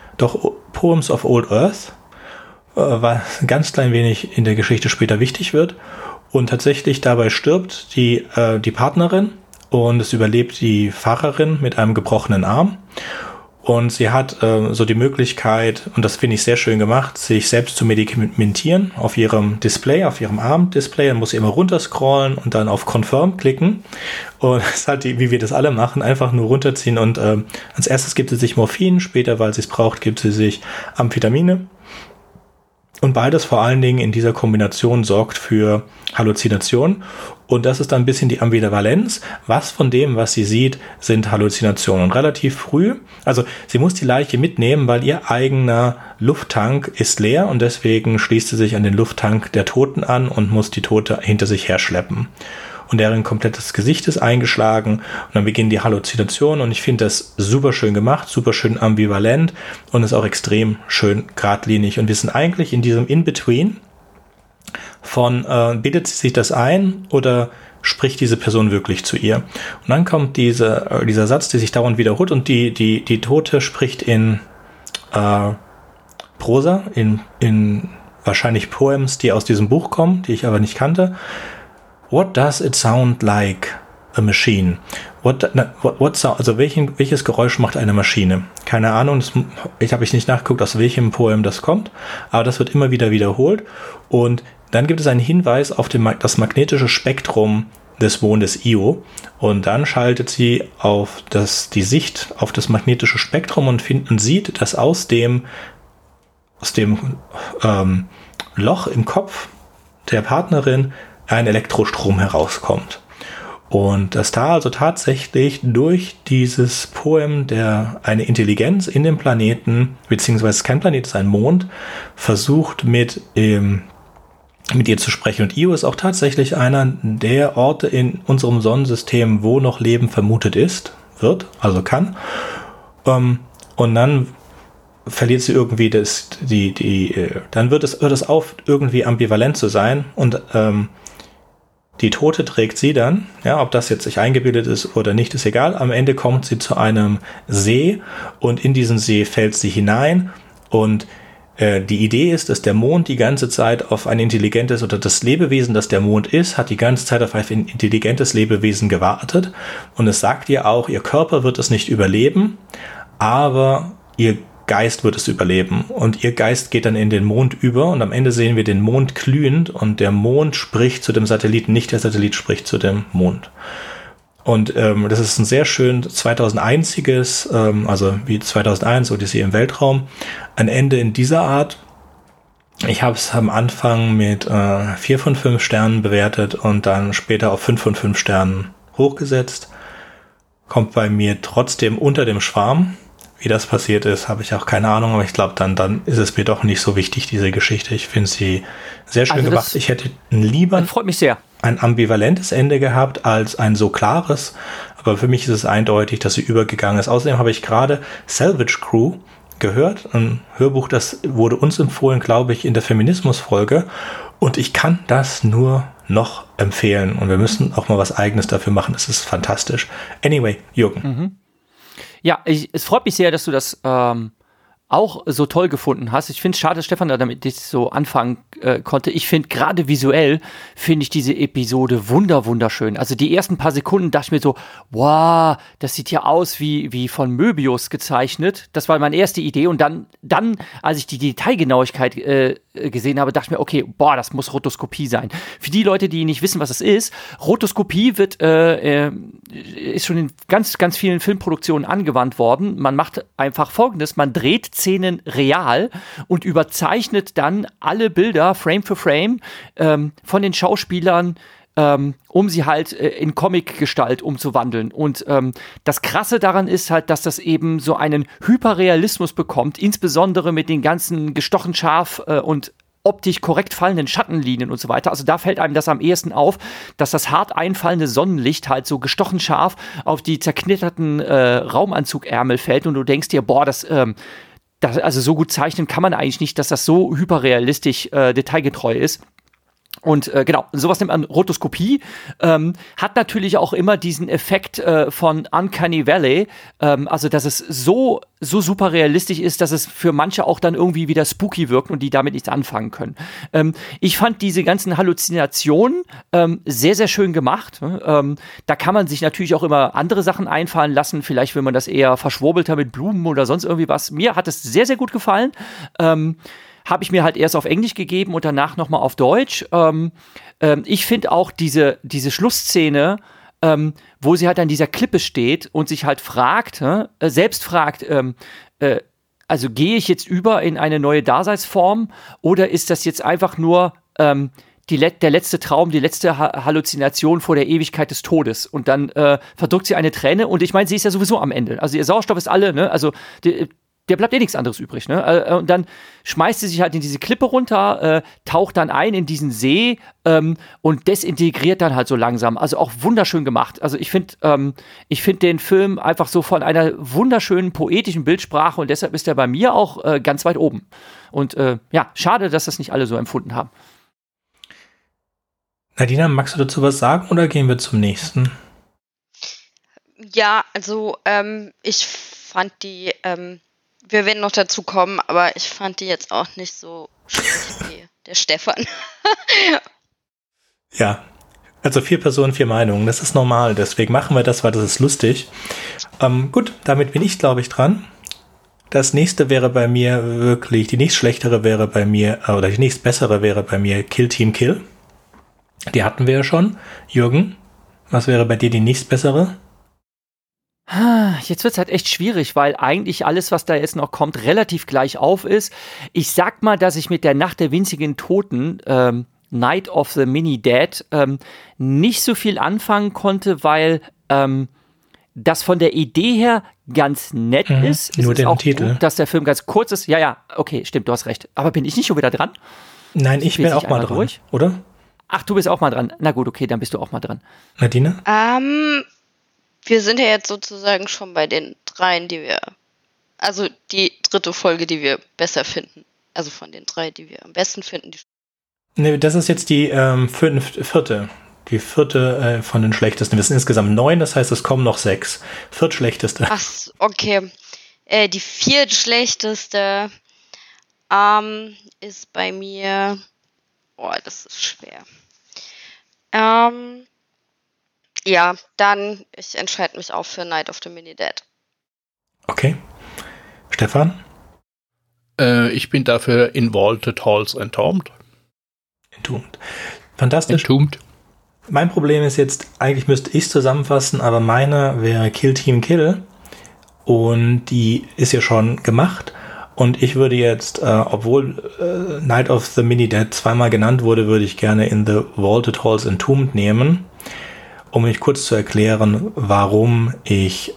of Old Earth, was ein ganz klein wenig in der Geschichte später wichtig wird. Und tatsächlich dabei stirbt die Partnerin und es überlebt die Fahrerin mit einem gebrochenen Arm. Und sie hat so die Möglichkeit, und das finde ich sehr schön gemacht, sich selbst zu medikamentieren auf ihrem Display, auf ihrem Armdisplay. Dann muss sie immer runterscrollen und dann auf Confirm klicken. Und das ist halt, wie wir das alle machen, einfach nur runterziehen. Und als erstes gibt sie sich Morphin, später, weil sie es braucht, gibt sie sich Amphetamine. Und beides vor allen Dingen in dieser Kombination sorgt für Halluzinationen. Und das ist dann ein bisschen die Ambivalenz. Was von dem, was sie sieht, sind Halluzinationen. Und relativ früh, also sie muss die Leiche mitnehmen, weil ihr eigener Lufttank ist leer und deswegen schließt sie sich an den Lufttank der Toten an und muss die Tote hinter sich herschleppen. Und deren komplettes Gesicht ist eingeschlagen und dann beginnen die Halluzinationen und ich finde das super schön gemacht, super schön ambivalent und ist auch extrem schön geradlinig und wir sind eigentlich in diesem In-Between von bildet sie sich das ein oder spricht diese Person wirklich zu ihr? Und dann kommt dieser Satz, der sich dauernd wiederholt und die Tote spricht in Prosa, in wahrscheinlich Poems, die aus diesem Buch kommen, die ich aber nicht kannte. What does it sound like a machine? Also welches Geräusch macht eine Maschine? Keine Ahnung, ich habe nicht nachgeguckt, aus welchem Poem das kommt, aber das wird immer wieder wiederholt. Und dann gibt es einen Hinweis auf das magnetische Spektrum des Mondes Io. Und dann schaltet sie auf die Sicht auf das magnetische Spektrum und sieht, dass aus dem Loch im Kopf der Partnerin ein Elektrostrom herauskommt. Und dass da also tatsächlich durch dieses Poem eine Intelligenz in dem Planeten, beziehungsweise kein Planet, ist ein Mond, versucht mit ihr zu sprechen. Und Io ist auch tatsächlich einer der Orte in unserem Sonnensystem, wo noch Leben vermutet kann. Und dann verliert sie irgendwie dann hört es auf, irgendwie ambivalent zu sein und die Tote trägt sie dann, ja, ob das jetzt sich eingebildet ist oder nicht, ist egal. Am Ende kommt sie zu einem See und in diesen See fällt sie hinein und die Idee ist, dass der Mond die ganze Zeit auf ein intelligentes oder das Lebewesen, das der Mond ist, hat die ganze Zeit auf ein intelligentes Lebewesen gewartet und es sagt ihr auch, ihr Körper wird es nicht überleben, aber ihr Geist wird es überleben. Und ihr Geist geht dann in den Mond über und am Ende sehen wir den Mond glühend und der Mond spricht zu dem Satelliten, nicht der Satellit spricht zu dem Mond. Und das ist ein sehr schön 2001-iges, also wie 2001, Odyssee im Weltraum, ein Ende in dieser Art. Ich habe es am Anfang mit 4 von 5 Sternen bewertet und dann später auf 5 von 5 Sternen hochgesetzt. Kommt bei mir trotzdem unter dem Schwarm. Wie das passiert ist, habe ich auch keine Ahnung, aber ich glaube, dann ist es mir doch nicht so wichtig, diese Geschichte. Ich finde sie sehr schön gemacht. Ich hätte lieber freut mich sehr. Ein ambivalentes Ende gehabt als ein so klares, aber für mich ist es eindeutig, dass sie übergegangen ist. Außerdem habe ich gerade Salvage Crew gehört, ein Hörbuch, das wurde uns empfohlen, glaube ich, in der Feminismus-Folge, und ich kann das nur noch empfehlen und wir müssen auch mal was Eigenes dafür machen. Das ist fantastisch. Anyway, Jürgen. Mhm. Ja, es freut mich sehr, dass du das auch so toll gefunden hast. Ich finde es schade, dass Stefan da damit nicht so anfangen konnte. Ich finde gerade visuell, finde ich diese Episode wunderschön. Also die ersten paar Sekunden dachte ich mir so, wow, das sieht ja aus wie von Möbius gezeichnet. Das war meine erste Idee. Und dann als ich die Detailgenauigkeit gesehen habe, dachte ich mir, okay, boah, das muss Rotoskopie sein. Für die Leute, die nicht wissen, was es ist, Rotoskopie ist schon in ganz vielen Filmproduktionen angewandt worden. Man macht einfach Folgendes, man dreht Szenen real und überzeichnet dann alle Bilder Frame für Frame von den Schauspielern, um sie halt in Comic-Gestalt umzuwandeln. Und das Krasse daran ist halt, dass das eben so einen Hyperrealismus bekommt, insbesondere mit den ganzen gestochen scharf und optisch korrekt fallenden Schattenlinien und so weiter. Also da fällt einem das am ehesten auf, dass das hart einfallende Sonnenlicht halt so gestochen scharf auf die zerknitterten Raumanzugärmel fällt und du denkst dir, boah, also so gut zeichnen kann man eigentlich nicht, dass das so hyperrealistisch detailgetreu ist. Und genau, sowas nennt man Rotoskopie, hat natürlich auch immer diesen Effekt von Uncanny Valley, also dass es so super realistisch ist, dass es für manche auch dann irgendwie wieder spooky wirkt und die damit nichts anfangen können. Ich fand diese ganzen Halluzinationen sehr schön gemacht. Da kann man sich natürlich auch immer andere Sachen einfallen lassen, vielleicht will man das eher verschwurbelter mit Blumen oder sonst irgendwie was. Mir hat es sehr gut gefallen. Habe ich mir halt erst auf Englisch gegeben und danach nochmal auf Deutsch. Ich finde auch diese Schlussszene, wo sie halt an dieser Klippe steht und sich halt selbst fragt, also gehe ich jetzt über in eine neue Daseinsform oder ist das jetzt einfach nur der letzte Traum, die letzte Halluzination vor der Ewigkeit des Todes? Und dann verdrückt sie eine Träne und ich meine, sie ist ja sowieso am Ende. Also ihr Sauerstoff ist alle, ne? Also der bleibt nichts anderes übrig, ne? Und dann schmeißt sie sich halt in diese Klippe runter, taucht dann ein in diesen See und desintegriert dann halt so langsam. Also auch wunderschön gemacht. Also ich finde den Film einfach so von einer wunderschönen poetischen Bildsprache und deshalb ist er bei mir auch ganz weit oben. Und schade, dass das nicht alle so empfunden haben. Nadina, magst du dazu was sagen oder gehen wir zum nächsten? Ja, also ich fand die wir werden noch dazu kommen, aber ich fand die jetzt auch nicht so schlecht wie der Stefan. Ja, also 4 Personen, 4 Meinungen, das ist normal, deswegen machen wir das, weil das ist lustig. Gut, damit bin ich, glaube ich, dran. Das nächste wäre bei mir wirklich, die nächstschlechtere wäre bei mir, oder die nächstbessere wäre bei mir Kill Team Kill. Die hatten wir ja schon. Jürgen, was wäre bei dir die nächstbessere? Jetzt wird es halt echt schwierig, weil eigentlich alles, was da jetzt noch kommt, relativ gleich auf ist. Ich sag mal, dass ich mit der Nacht der winzigen Toten, Night of the Mini-Dead, nicht so viel anfangen konnte, weil das von der Idee her ganz nett ist. Nur es den ist auch Titel. Gut, dass der Film ganz kurz ist. Ja, okay, stimmt, du hast recht. Aber bin ich nicht schon wieder dran? Nein, ich bin auch mal dran, durch? Oder? Ach, du bist auch mal dran. Na gut, okay, dann bist du auch mal dran. Nadine? Wir sind ja jetzt sozusagen schon bei den 3, also die 3. Folge, die wir besser finden. Also von den 3, die wir am besten finden. Nee, das ist jetzt die 4. Die 4. Von den schlechtesten. Wir sind insgesamt 9, das heißt, es kommen noch 6. 4. schlechteste. Ach, okay. Die 4. schlechteste ist bei mir. Oh, das ist schwer. Ja, dann, ich entscheide mich auch für Night of the Mini-Dead. Okay. Stefan? Ich bin dafür in Vaulted Halls Entombed. Fantastisch. Entombed. Mein Problem ist jetzt, eigentlich müsste ich es zusammenfassen, aber meine wäre Kill Team Kill. Und die ist ja schon gemacht. Und ich würde jetzt, obwohl Night of the Mini-Dead zweimal genannt wurde, würde ich gerne In the Vaulted Halls Entombed nehmen, um mich kurz zu erklären, warum ich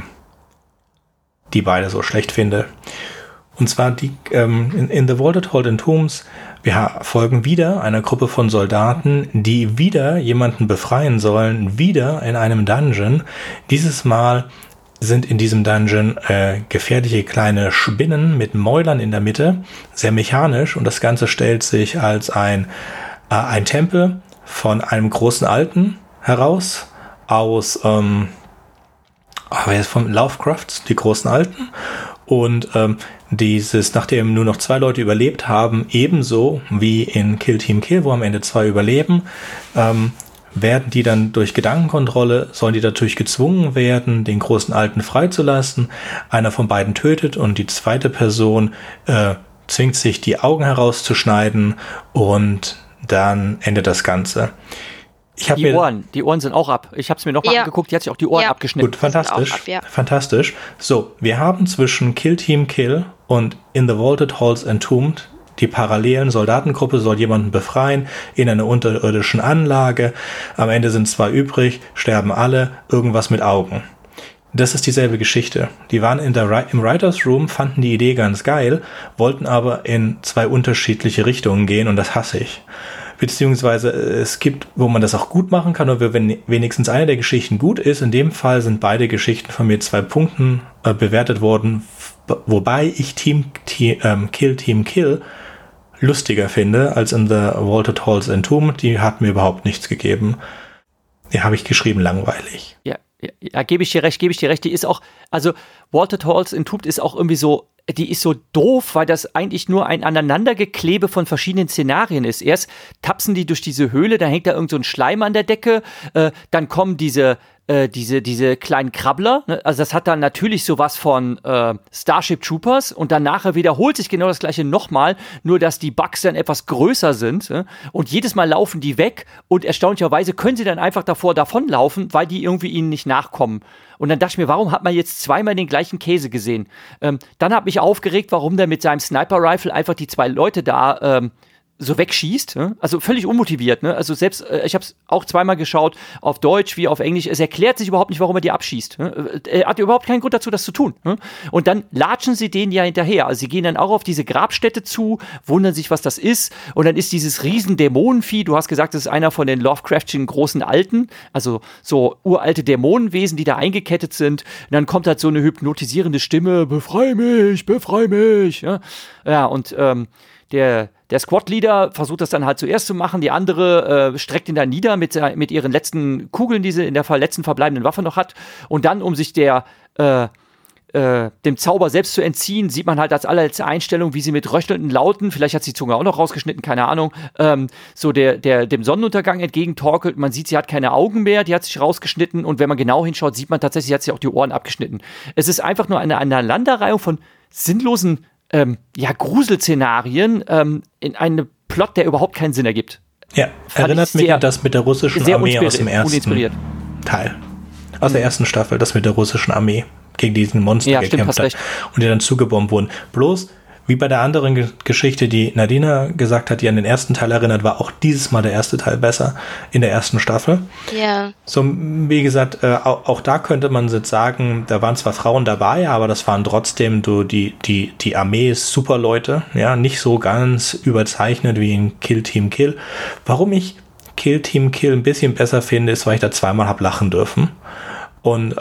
die beide so schlecht finde. Und zwar die in The Vaulted Halls Entombed, wir folgen wieder einer Gruppe von Soldaten, die wieder jemanden befreien sollen, wieder in einem Dungeon. Dieses Mal sind in diesem Dungeon gefährliche kleine Spinnen mit Mäulern in der Mitte, sehr mechanisch, und das Ganze stellt sich als ein Tempel von einem großen Alten heraus, aus von Lovecrafts, die großen Alten, und nachdem nur noch 2 Leute überlebt haben, ebenso wie in Kill Team Kill, wo am Ende 2 überleben, werden die dann durch Gedankenkontrolle, sollen die natürlich gezwungen werden, den großen Alten freizulassen. Einer von beiden tötet und die zweite Person zwingt sich, die Augen herauszuschneiden, und dann endet das Ganze. Die Ohren sind auch ab. Ich habe es mir nochmal angeguckt, die hat sich auch die Ohren abgeschnitten. Gut, fantastisch. Fantastisch. So, wir haben zwischen Kill Team Kill und In the Vaulted Halls Entombed die Parallelen. Soldatengruppe soll jemanden befreien in einer unterirdischen Anlage. Am Ende sind 2 übrig, sterben alle, irgendwas mit Augen. Das ist dieselbe Geschichte. Die waren im Writers Room, fanden die Idee ganz geil, wollten aber in 2 unterschiedliche Richtungen gehen, und das hasse ich. Beziehungsweise es gibt, wo man das auch gut machen kann, oder wenn wenigstens eine der Geschichten gut ist. In dem Fall sind beide Geschichten von mir 2 Punkten bewertet worden, wobei ich Kill Team Kill lustiger finde als in The Vaulted Halls Entombed. Die hat mir überhaupt nichts gegeben. Die habe ich geschrieben, langweilig. Ja, gebe ich dir recht. Die ist auch, also Vaulted Halls Entombed ist auch irgendwie so, die ist so doof, weil das eigentlich nur ein Aneinandergeklebe von verschiedenen Szenarien ist. Erst tapsen die durch diese Höhle, da hängt da irgend so ein Schleim an der Decke, dann kommen diese kleinen Krabbler, ne? Also das hat dann natürlich sowas von Starship Troopers, und dann nachher wiederholt sich genau das gleiche nochmal, nur dass die Bugs dann etwas größer sind, ne? Und jedes Mal laufen die weg, und erstaunlicherweise können sie dann einfach davonlaufen, weil die irgendwie ihnen nicht nachkommen. Und dann dachte ich mir, warum hat man jetzt zweimal den gleichen Käse gesehen? Dann hat mich aufgeregt, warum der mit seinem Sniper-Rifle einfach die 2 Leute da so wegschießt, ne? Also völlig unmotiviert, ne? Also selbst, ich habe es auch zweimal geschaut, auf Deutsch wie auf Englisch, es erklärt sich überhaupt nicht, warum er die abschießt, ne? Er hat überhaupt keinen Grund dazu, das zu tun, ne? Und dann latschen sie denen ja hinterher, also sie gehen dann auch auf diese Grabstätte zu, wundern sich, was das ist, und dann ist dieses riesen Dämonenvieh, du hast gesagt, das ist einer von den Lovecraftschen großen Alten, also so uralte Dämonenwesen, die da eingekettet sind, und dann kommt halt so eine hypnotisierende Stimme, befrei mich, ja, und der Squad-Leader versucht das dann halt zuerst zu machen, die andere streckt ihn dann nieder mit ihren letzten Kugeln, die sie in der letzten verbleibenden Waffe noch hat, und dann, um sich dem Zauber selbst zu entziehen, sieht man halt als allerletzte Einstellung, wie sie mit röchelnden Lauten, vielleicht hat sie die Zunge auch noch rausgeschnitten, keine Ahnung, so dem Sonnenuntergang entgegentorkelt. Man sieht, sie hat keine Augen mehr, die hat sich rausgeschnitten, und wenn man genau hinschaut, sieht man tatsächlich, sie hat sich auch die Ohren abgeschnitten. Es ist einfach nur eine Aneinanderreihung von sinnlosen Gruselszenarien in einen Plot, der überhaupt keinen Sinn ergibt. Ja, erinnert mich an das mit der russischen Armee aus dem ersten Teil. Aus der ersten Staffel, das mit der russischen Armee gegen diesen Monster gekämpft hat und die dann zugebombt wurden. Bloß, wie bei der anderen Geschichte, die Nadina gesagt hat, die an den ersten Teil erinnert, war auch dieses Mal der erste Teil besser in der ersten Staffel. Ja. So, wie gesagt, auch da könnte man jetzt sagen, da waren zwar Frauen dabei, aber das waren trotzdem die Armee super Leute, ja, nicht so ganz überzeichnet wie in Kill Team Kill. Warum ich Kill Team Kill ein bisschen besser finde, ist, weil ich da zweimal hab lachen dürfen. Und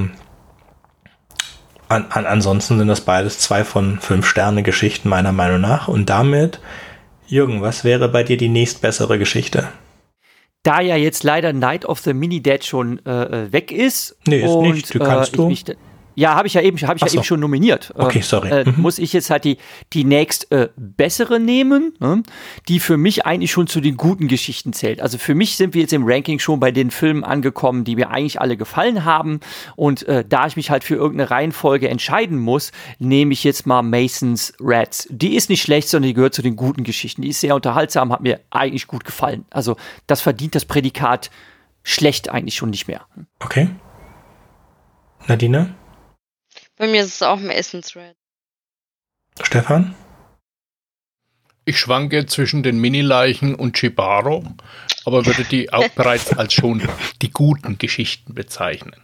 ansonsten sind das beides 2 von 5 Sterne Geschichten meiner Meinung nach. Und damit, Jürgen, was wäre bei dir die nächstbessere Geschichte? Da ja jetzt leider Night of the Mini-Dead schon weg ist. Nee, ist nicht. Du kannst Ja, habe ich ja eben schon nominiert. Okay, sorry. Muss ich jetzt halt die nächst bessere nehmen, die für mich eigentlich schon zu den guten Geschichten zählt. Also für mich sind wir jetzt im Ranking schon bei den Filmen angekommen, die mir eigentlich alle gefallen haben. Und da ich mich halt für irgendeine Reihenfolge entscheiden muss, nehme ich jetzt mal Mason's Rats. Die ist nicht schlecht, sondern die gehört zu den guten Geschichten. Die ist sehr unterhaltsam, hat mir eigentlich gut gefallen. Also das verdient das Prädikat schlecht eigentlich schon nicht mehr. Okay. Nadine? Bei mir ist es auch Mason's Rat. Stefan? Ich schwanke zwischen den Mini-Leichen und Chibaro, aber würde die auch bereits als schon die guten Geschichten bezeichnen.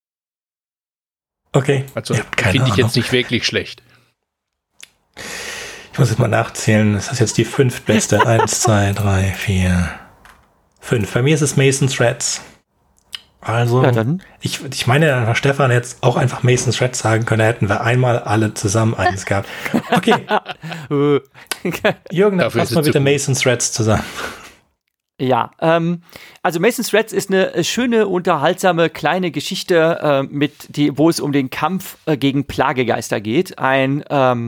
Okay. Also finde ich jetzt nicht wirklich schlecht. Ich muss jetzt mal nachzählen. Das ist jetzt die 5. beste. 1, 2, 3, 4, 5. Bei mir ist es Mason's Rats. Also, ja, dann. Ich meine, Stefan jetzt auch einfach Mason's Rats sagen können, hätten wir einmal alle zusammen eins gehabt. Okay. Jürgen, dann fass mal bitte Mason's Rats zusammen. Ja, also Mason's Rats ist eine schöne, unterhaltsame, kleine Geschichte, wo es um den Kampf gegen Plagegeister geht. Ein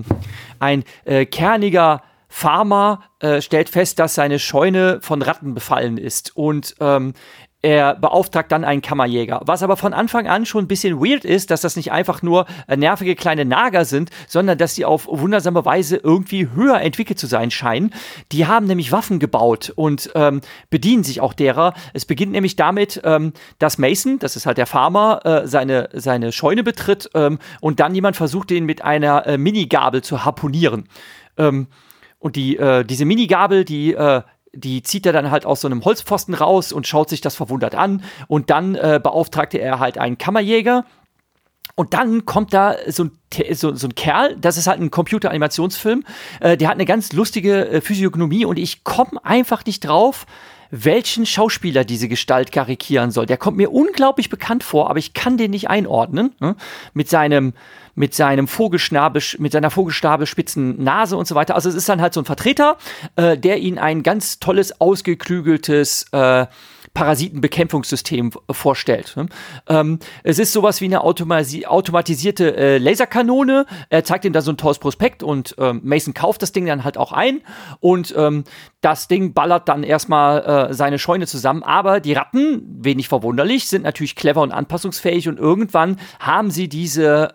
kerniger Farmer stellt fest, dass seine Scheune von Ratten befallen ist und er beauftragt dann einen Kammerjäger. Was aber von Anfang an schon ein bisschen weird ist, dass das nicht einfach nur nervige kleine Nager sind, sondern dass die auf wundersame Weise irgendwie höher entwickelt zu sein scheinen. Die haben nämlich Waffen gebaut und bedienen sich auch derer. Es beginnt nämlich damit, dass Mason, das ist halt der Farmer, seine Scheune betritt und dann jemand versucht, den mit einer Minigabel zu harpunieren. Und diese Minigabel, die zieht er dann halt aus so einem Holzpfosten raus und schaut sich das verwundert an. Und dann beauftragte er halt einen Kammerjäger. Und dann kommt da so ein Kerl, das ist halt ein Computeranimationsfilm, der hat eine ganz lustige Physiognomie und ich komme einfach nicht drauf, welchen Schauspieler diese Gestalt karikieren soll. Der kommt mir unglaublich bekannt vor, aber ich kann den nicht einordnen. Mit seiner vogelschnabelspitzen Nase und so weiter. Also es ist dann halt so ein Vertreter, der ihn ein ganz tolles, ausgeklügeltes Parasitenbekämpfungssystem vorstellt. Es ist sowas wie eine automatisierte Laserkanone. Er zeigt ihm da so ein tolles Prospekt und Mason kauft das Ding dann halt auch ein und das Ding ballert dann erstmal seine Scheune zusammen. Aber die Ratten, wenig verwunderlich, sind natürlich clever und anpassungsfähig und irgendwann haben sie diese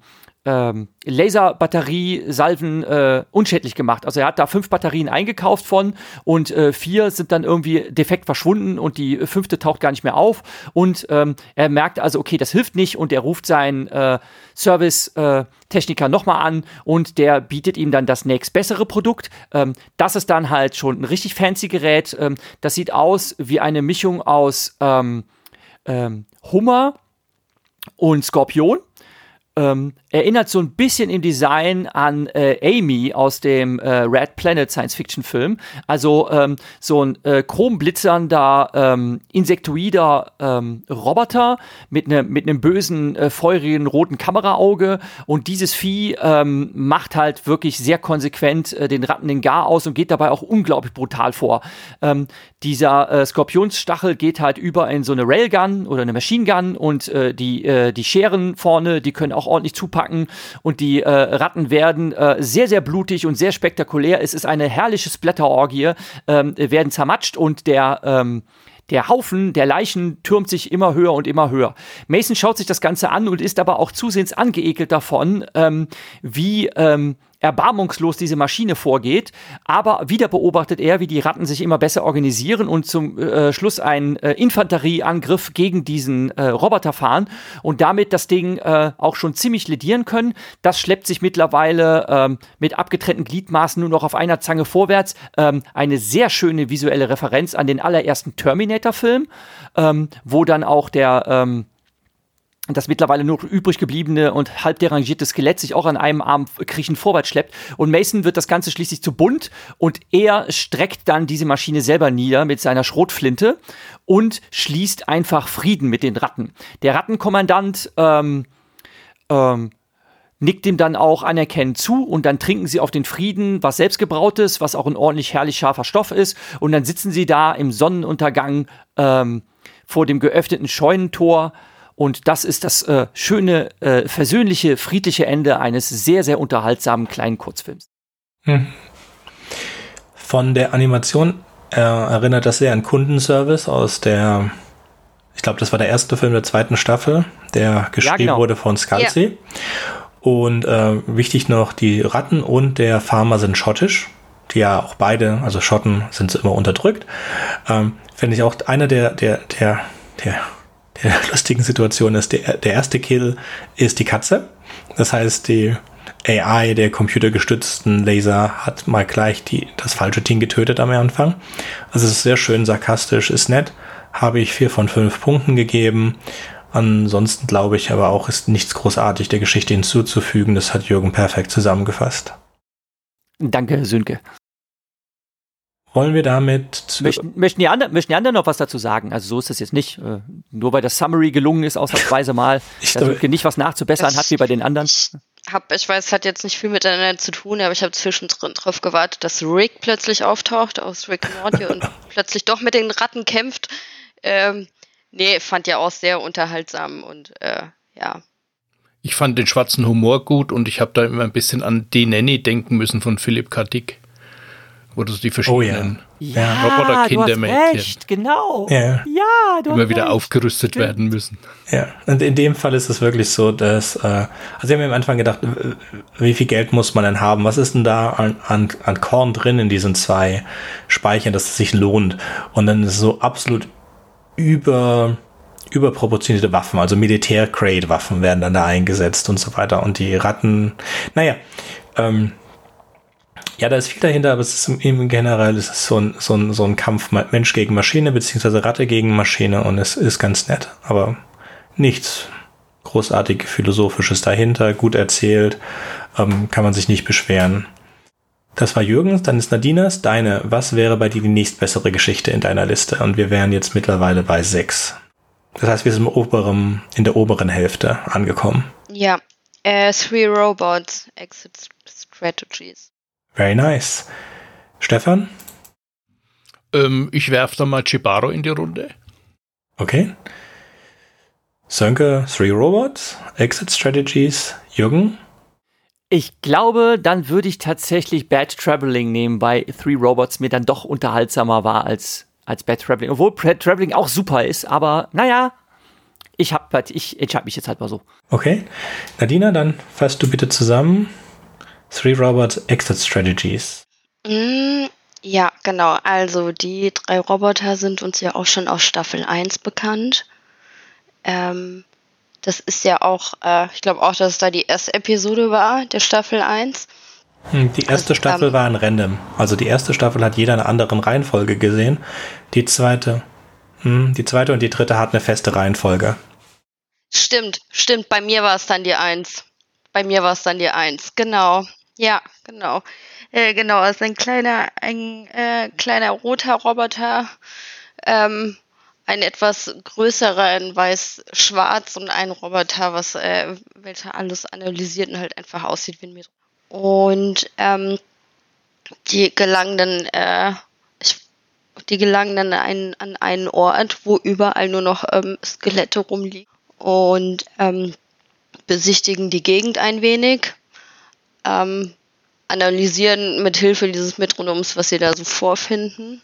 Laserbatterie-Salven unschädlich gemacht. Also er hat da 5 Batterien eingekauft von und 4 sind dann irgendwie defekt verschwunden und die 5. taucht gar nicht mehr auf. Und er merkt also, okay, das hilft nicht und er ruft seinen Service-Techniker nochmal an und der bietet ihm dann das nächstbessere Produkt. Das ist dann halt schon ein richtig fancy Gerät. Das sieht aus wie eine Mischung aus Hummer und Skorpion. Erinnert so ein bisschen im Design an Amy aus dem Red Planet Science-Fiction-Film. Also so ein chromblitzernder, insektoider Roboter mit einem bösen, feurigen, roten Kameraauge. Und dieses Vieh macht halt wirklich sehr konsequent den Ratten den Gar aus und geht dabei auch unglaublich brutal vor. Dieser Skorpionsstachel geht halt über in so eine Railgun oder eine Machine Gun und die Scheren vorne, die können auch ordentlich zupacken und die Ratten werden sehr, sehr blutig und sehr spektakulär. Es ist eine herrliche Splatterorgie, werden zermatscht und der Haufen der Leichen türmt sich immer höher und immer höher. Mason schaut sich das Ganze an und ist aber auch zusehends angeekelt davon, wie erbarmungslos diese Maschine vorgeht. Aber wieder beobachtet er, wie die Ratten sich immer besser organisieren und zum Schluss einen Infanterieangriff gegen diesen Roboter fahren und damit das Ding auch schon ziemlich ledieren können. Das schleppt sich mittlerweile mit abgetrennten Gliedmaßen nur noch auf einer Zange vorwärts. Eine sehr schöne visuelle Referenz an den allerersten Terminator-Film, wo dann auch das mittlerweile nur übrig gebliebene und halb derangierte Skelett sich auch an einem Arm kriechend vorwärts schleppt. Und Mason wird das Ganze schließlich zu bunt und er streckt dann diese Maschine selber nieder mit seiner Schrotflinte und schließt einfach Frieden mit den Ratten. Der Rattenkommandant nickt ihm dann auch anerkennend zu und dann trinken sie auf den Frieden was selbstgebrautes, was auch ein ordentlich herrlich scharfer Stoff ist. Und dann sitzen sie da im Sonnenuntergang vor dem geöffneten Scheunentor Und das ist das schöne, versöhnliche, friedliche Ende eines sehr, sehr unterhaltsamen kleinen Kurzfilms. Von der Animation erinnert das sehr an Kundenservice aus der, ich glaube, das war der erste Film der zweiten Staffel, der geschrieben wurde von Scalzi. Ja. Und wichtig noch, die Ratten und der Farmer sind schottisch, die ja auch beide, also Schotten sind immer unterdrückt. Finde ich auch einer der lustigen Situationen ist, der erste Kill ist die Katze. Das heißt, die AI der computergestützten Laser hat mal gleich das falsche Team getötet am Anfang. Also es ist sehr schön sarkastisch, ist nett. Habe ich 4 von 5 Punkten gegeben. Ansonsten glaube ich aber auch, ist nichts großartig der Geschichte hinzuzufügen. Das hat Jürgen perfekt zusammengefasst. Danke, Sönke. Wollen wir damit... Möchten die anderen noch was dazu sagen? Also so ist das jetzt nicht. Nur weil das Summary gelungen ist, ausnahmsweise mal, dass Sönke nicht was nachzubessern hat wie bei den anderen. Ich weiß, es hat jetzt nicht viel miteinander zu tun, aber ich habe zwischendrin drauf gewartet, dass Rick plötzlich auftaucht aus Rick and Morty und plötzlich doch mit den Ratten kämpft. Fand ja auch sehr unterhaltsam und ja. Ich fand den schwarzen Humor gut und ich habe da immer ein bisschen an Die Nanny denken müssen von Philipp K. Dick. Wo du die verschiedenen Roboter-Kindermädchen genau. Ja, du immer wieder aufgerüstet werden müssen. Ja, und in dem Fall ist es wirklich so, dass, also ich habe mir am Anfang gedacht, wie viel Geld muss man denn haben? Was ist denn da an Korn drin in diesen 2 Speichern, dass es sich lohnt? Und dann ist so absolut überproportionierte Waffen, also Militär-Grade-Waffen werden dann da eingesetzt und so weiter. Und die Ratten, ja, da ist viel dahinter, aber es ist im Generell ist es so ein Kampf Mensch gegen Maschine, beziehungsweise Ratte gegen Maschine und es ist ganz nett, aber nichts großartig Philosophisches dahinter, gut erzählt, kann man sich nicht beschweren. Das war Jürgens, dann ist Nadinas, deine, was wäre bei dir die nächstbessere Geschichte in deiner Liste? Und wir wären jetzt mittlerweile bei 6. Das heißt, wir sind in der oberen Hälfte angekommen. Ja, 3 Robots, Exit Strategies. Very nice. Stefan? Ich werfe da mal Chibaro in die Runde. Okay. Sönke, 3 Robots, Exit Strategies, Jürgen? Ich glaube, dann würde ich tatsächlich Bad Traveling nehmen, weil 3 Robots mir dann doch unterhaltsamer war als Bad Traveling. Obwohl Bad Traveling auch super ist, aber naja, ich entscheide mich jetzt halt mal so. Okay. Nadina, dann fasst du bitte zusammen. 3 Robots, Exit Strategies. Ja, genau. Also die 3 Roboter sind uns ja auch schon aus Staffel 1 bekannt. Das ist ja auch, ich glaube auch, dass es da die erste Episode war, der Staffel 1. Die erste Staffel war ein Random. Also die erste Staffel hat jeder in einer anderen Reihenfolge gesehen. Die zweite und die dritte hat eine feste Reihenfolge. Stimmt. Bei mir war es dann die 1. Genau. Ja, genau. Genau, es ist ein kleiner roter Roboter, ein etwas größerer in weiß-schwarz und ein Roboter, welcher alles analysiert und halt einfach aussieht wie ein Metro. Und die gelangen dann an einen Ort, wo überall nur noch Skelette rumliegen und besichtigen die Gegend ein wenig, analysieren mit Hilfe dieses Metronoms, was sie da so vorfinden.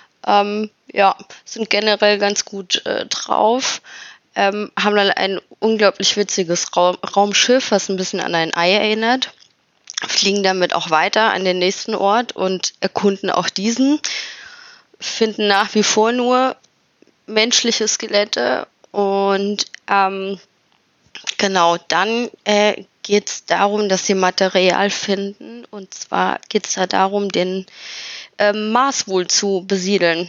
Sind generell ganz gut drauf, haben dann ein unglaublich witziges Raumschiff, was ein bisschen an ein Ei erinnert, fliegen damit auch weiter an den nächsten Ort und erkunden auch diesen, finden nach wie vor nur menschliche Skelette und genau, dann geht es darum, dass sie Material finden, und zwar geht es da darum, den Mars wohl zu besiedeln.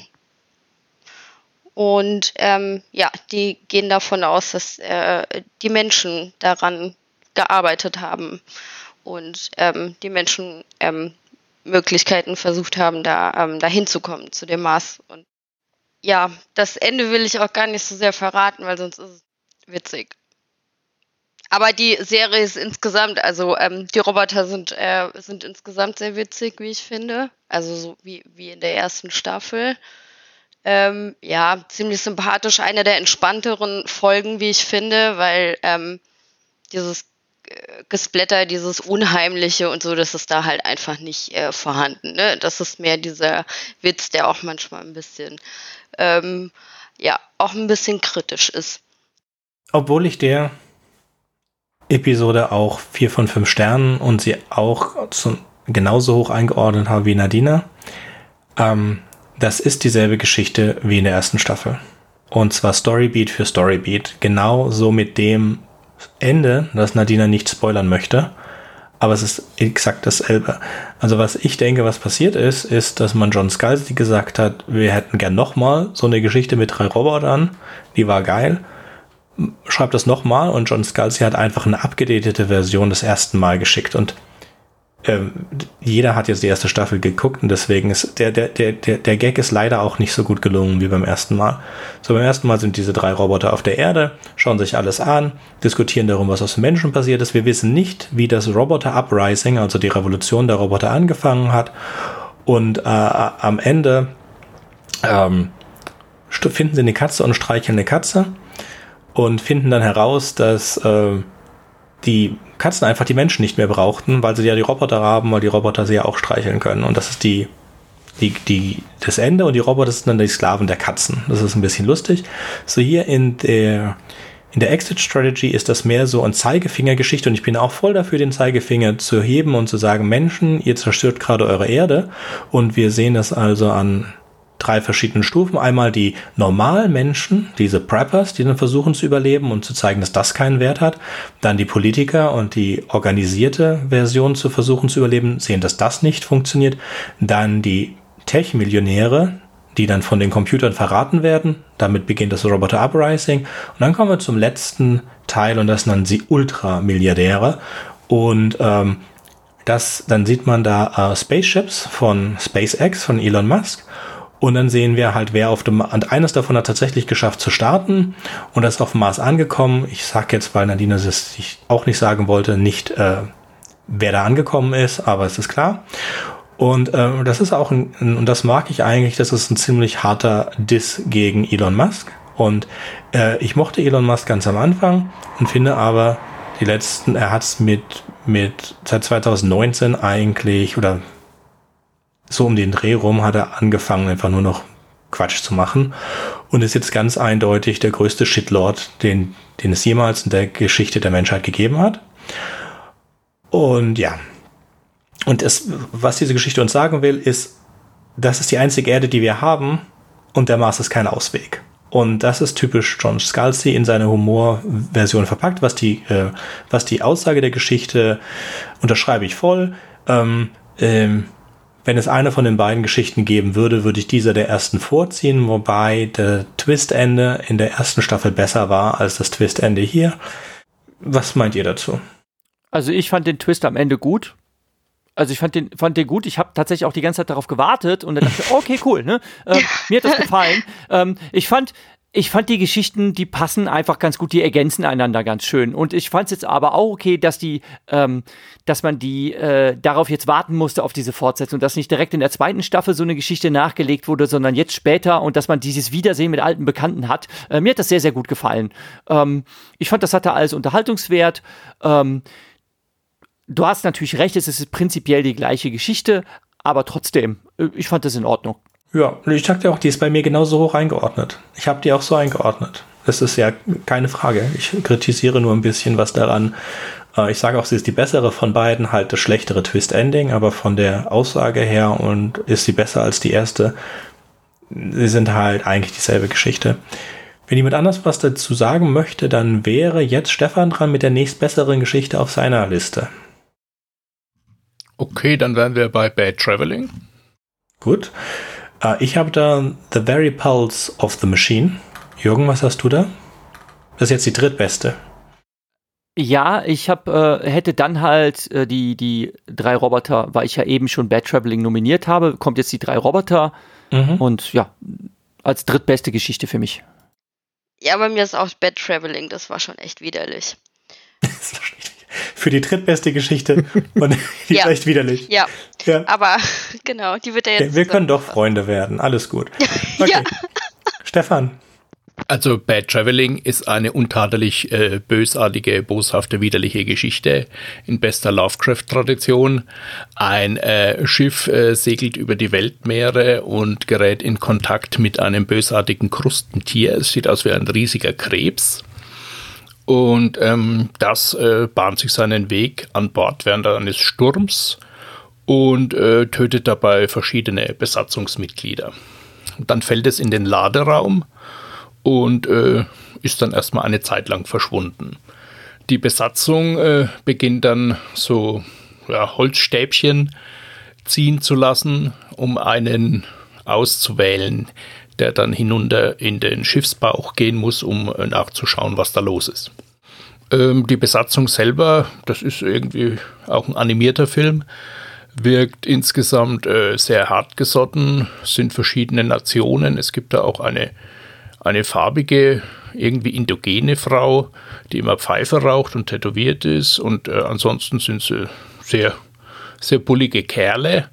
Und die gehen davon aus, dass die Menschen daran gearbeitet haben und die Menschen Möglichkeiten versucht haben, da hinzukommen zu dem Mars. Und ja, das Ende will ich auch gar nicht so sehr verraten, weil sonst ist es witzig. Aber die Serie ist insgesamt, also die Roboter sind insgesamt sehr witzig, wie ich finde. Also so wie in der ersten Staffel. Ja, ziemlich sympathisch. Eine der entspannteren Folgen, wie ich finde, weil dieses Gesplatter, dieses Unheimliche und so, das ist da halt einfach nicht vorhanden. Ne? Das ist mehr dieser Witz, der auch manchmal ein bisschen, auch ein bisschen kritisch ist. Obwohl ich der Episode auch 4 von 5 Sternen und sie auch genauso hoch eingeordnet habe wie Nadina, das ist dieselbe Geschichte wie in der ersten Staffel. Und zwar Storybeat für Storybeat. Genau so mit dem Ende, das Nadina nicht spoilern möchte. Aber es ist exakt dasselbe. Also was ich denke, was passiert ist, dass man John Scalzi gesagt hat, wir hätten gern nochmal so eine Geschichte mit 3 Robotern. Die war geil. Schreibt das nochmal und John Scalzi hat einfach eine abgedatete Version des ersten Mal geschickt. Und jeder hat jetzt die erste Staffel geguckt und deswegen ist der Gag ist leider auch nicht so gut gelungen wie beim ersten Mal. So, beim ersten Mal sind diese 3 Roboter auf der Erde, schauen sich alles an, diskutieren darum, was aus den Menschen passiert ist. Wir wissen nicht, wie das Roboter-Uprising, also die Revolution der Roboter, angefangen hat. Und am Ende finden sie eine Katze und streicheln eine Katze und finden dann heraus, dass die Katzen einfach die Menschen nicht mehr brauchten, weil sie ja die Roboter haben, weil die Roboter sie ja auch streicheln können. Und das ist das Ende und die Roboter sind dann die Sklaven der Katzen. Das ist ein bisschen lustig. So hier in der Exit Strategy ist das mehr so eine Zeigefingergeschichte und ich bin auch voll dafür, den Zeigefinger zu heben und zu sagen, Menschen, ihr zerstört gerade eure Erde und wir sehen das also an 3 verschiedenen Stufen. Einmal die normalen Menschen, diese Preppers, die dann versuchen zu überleben und zu zeigen, dass das keinen Wert hat. Dann die Politiker und die organisierte Version zu versuchen zu überleben, sehen, dass das nicht funktioniert. Dann die Tech-Millionäre, die dann von den Computern verraten werden. Damit beginnt das Roboter Uprising. Und dann kommen wir zum letzten Teil und das nennen sie Ultramilliardäre. Und dann sieht man da Spaceships von SpaceX, von Elon Musk. Und dann sehen wir halt, wer auf dem Mars, und eines davon hat tatsächlich geschafft zu starten und ist auf dem Mars angekommen. Ich sage jetzt, weil Nadine es auch nicht sagen wollte, nicht wer da angekommen ist, aber es ist klar. Und das ist auch und das mag ich eigentlich, das ist ein ziemlich harter Diss gegen Elon Musk. Und ich mochte Elon Musk ganz am Anfang und finde aber, er hat es seit 2019 eigentlich, oder so um den Dreh rum hat er angefangen, einfach nur noch Quatsch zu machen und ist jetzt ganz eindeutig der größte Shitlord, den es jemals in der Geschichte der Menschheit gegeben hat. Und ja, und was diese Geschichte uns sagen will, ist, das ist die einzige Erde, die wir haben und der Mars ist kein Ausweg. Und das ist typisch John Scalzi in seiner Humorversion verpackt, was die Aussage der Geschichte unterschreibe ich voll. Wenn es eine von den beiden Geschichten geben würde, würde ich dieser der ersten vorziehen, wobei der Twistende in der ersten Staffel besser war als das Twistende hier. Was meint ihr dazu? Also ich fand den Twist am Ende gut. Also ich fand den gut. Ich habe tatsächlich auch die ganze Zeit darauf gewartet und dann dachte ich, okay, cool, ne? Mir hat das gefallen. Ich fand die Geschichten, die passen einfach ganz gut, die ergänzen einander ganz schön. Und ich fand es jetzt aber auch okay, dass man darauf jetzt warten musste auf diese Fortsetzung, dass nicht direkt in der 2. Staffel so eine Geschichte nachgelegt wurde, sondern jetzt später und dass man dieses Wiedersehen mit alten Bekannten hat. Mir hat das sehr, sehr gut gefallen. Ich fand, das hatte alles Unterhaltungswert. Du hast natürlich recht, es ist prinzipiell die gleiche Geschichte, aber trotzdem, ich fand das in Ordnung. Ja, ich sagte auch, die ist bei mir genauso hoch eingeordnet. Ich habe die auch so eingeordnet. Das ist ja keine Frage. Ich kritisiere nur ein bisschen was daran. Ich sage auch, sie ist die bessere von beiden, halt das schlechtere Twist-Ending, aber von der Aussage her und ist sie besser als die erste. Sie sind halt eigentlich dieselbe Geschichte. Wenn jemand anders was dazu sagen möchte, dann wäre jetzt Stefan dran mit der nächstbesseren Geschichte auf seiner Liste. Okay, dann wären wir bei Bad Traveling. Gut. Ich habe da The Very Pulse of the Machine. Jürgen, was hast du da? Das ist jetzt die drittbeste. Ja, ich hätte dann halt die 3 Roboter, weil ich ja eben schon Bad Traveling nominiert habe, kommt jetzt die 3 Roboter und ja, als drittbeste Geschichte für mich. Ja, bei mir ist auch Bad Traveling, das war schon echt widerlich. Für die drittbeste Geschichte und die ist echt widerlich. Ja, aber genau, die wird ja jetzt... Wir können doch Freunde werden, alles gut. Okay. Stefan. Also Bad Traveling ist eine untadelig bösartige, boshafte, widerliche Geschichte in bester Lovecraft-Tradition. Ein Schiff segelt über die Weltmeere und gerät in Kontakt mit einem bösartigen Krustentier. Es sieht aus wie ein riesiger Krebs. Und das bahnt sich seinen Weg an Bord während eines Sturms und tötet dabei verschiedene Besatzungsmitglieder. Und dann fällt es in den Laderaum und ist dann erstmal eine Zeit lang verschwunden. Die Besatzung beginnt dann so Holzstäbchen ziehen zu lassen, um einen auszuwählen, der dann hinunter in den Schiffsbauch gehen muss, um nachzuschauen, was da los ist. Die Besatzung selber, das ist irgendwie auch ein animierter Film, wirkt insgesamt sehr hartgesotten, sind verschiedene Nationen. Es gibt da auch eine farbige, irgendwie indogene Frau, die immer Pfeife raucht und tätowiert ist. Und ansonsten sind sie sehr, sehr bullige Kerle,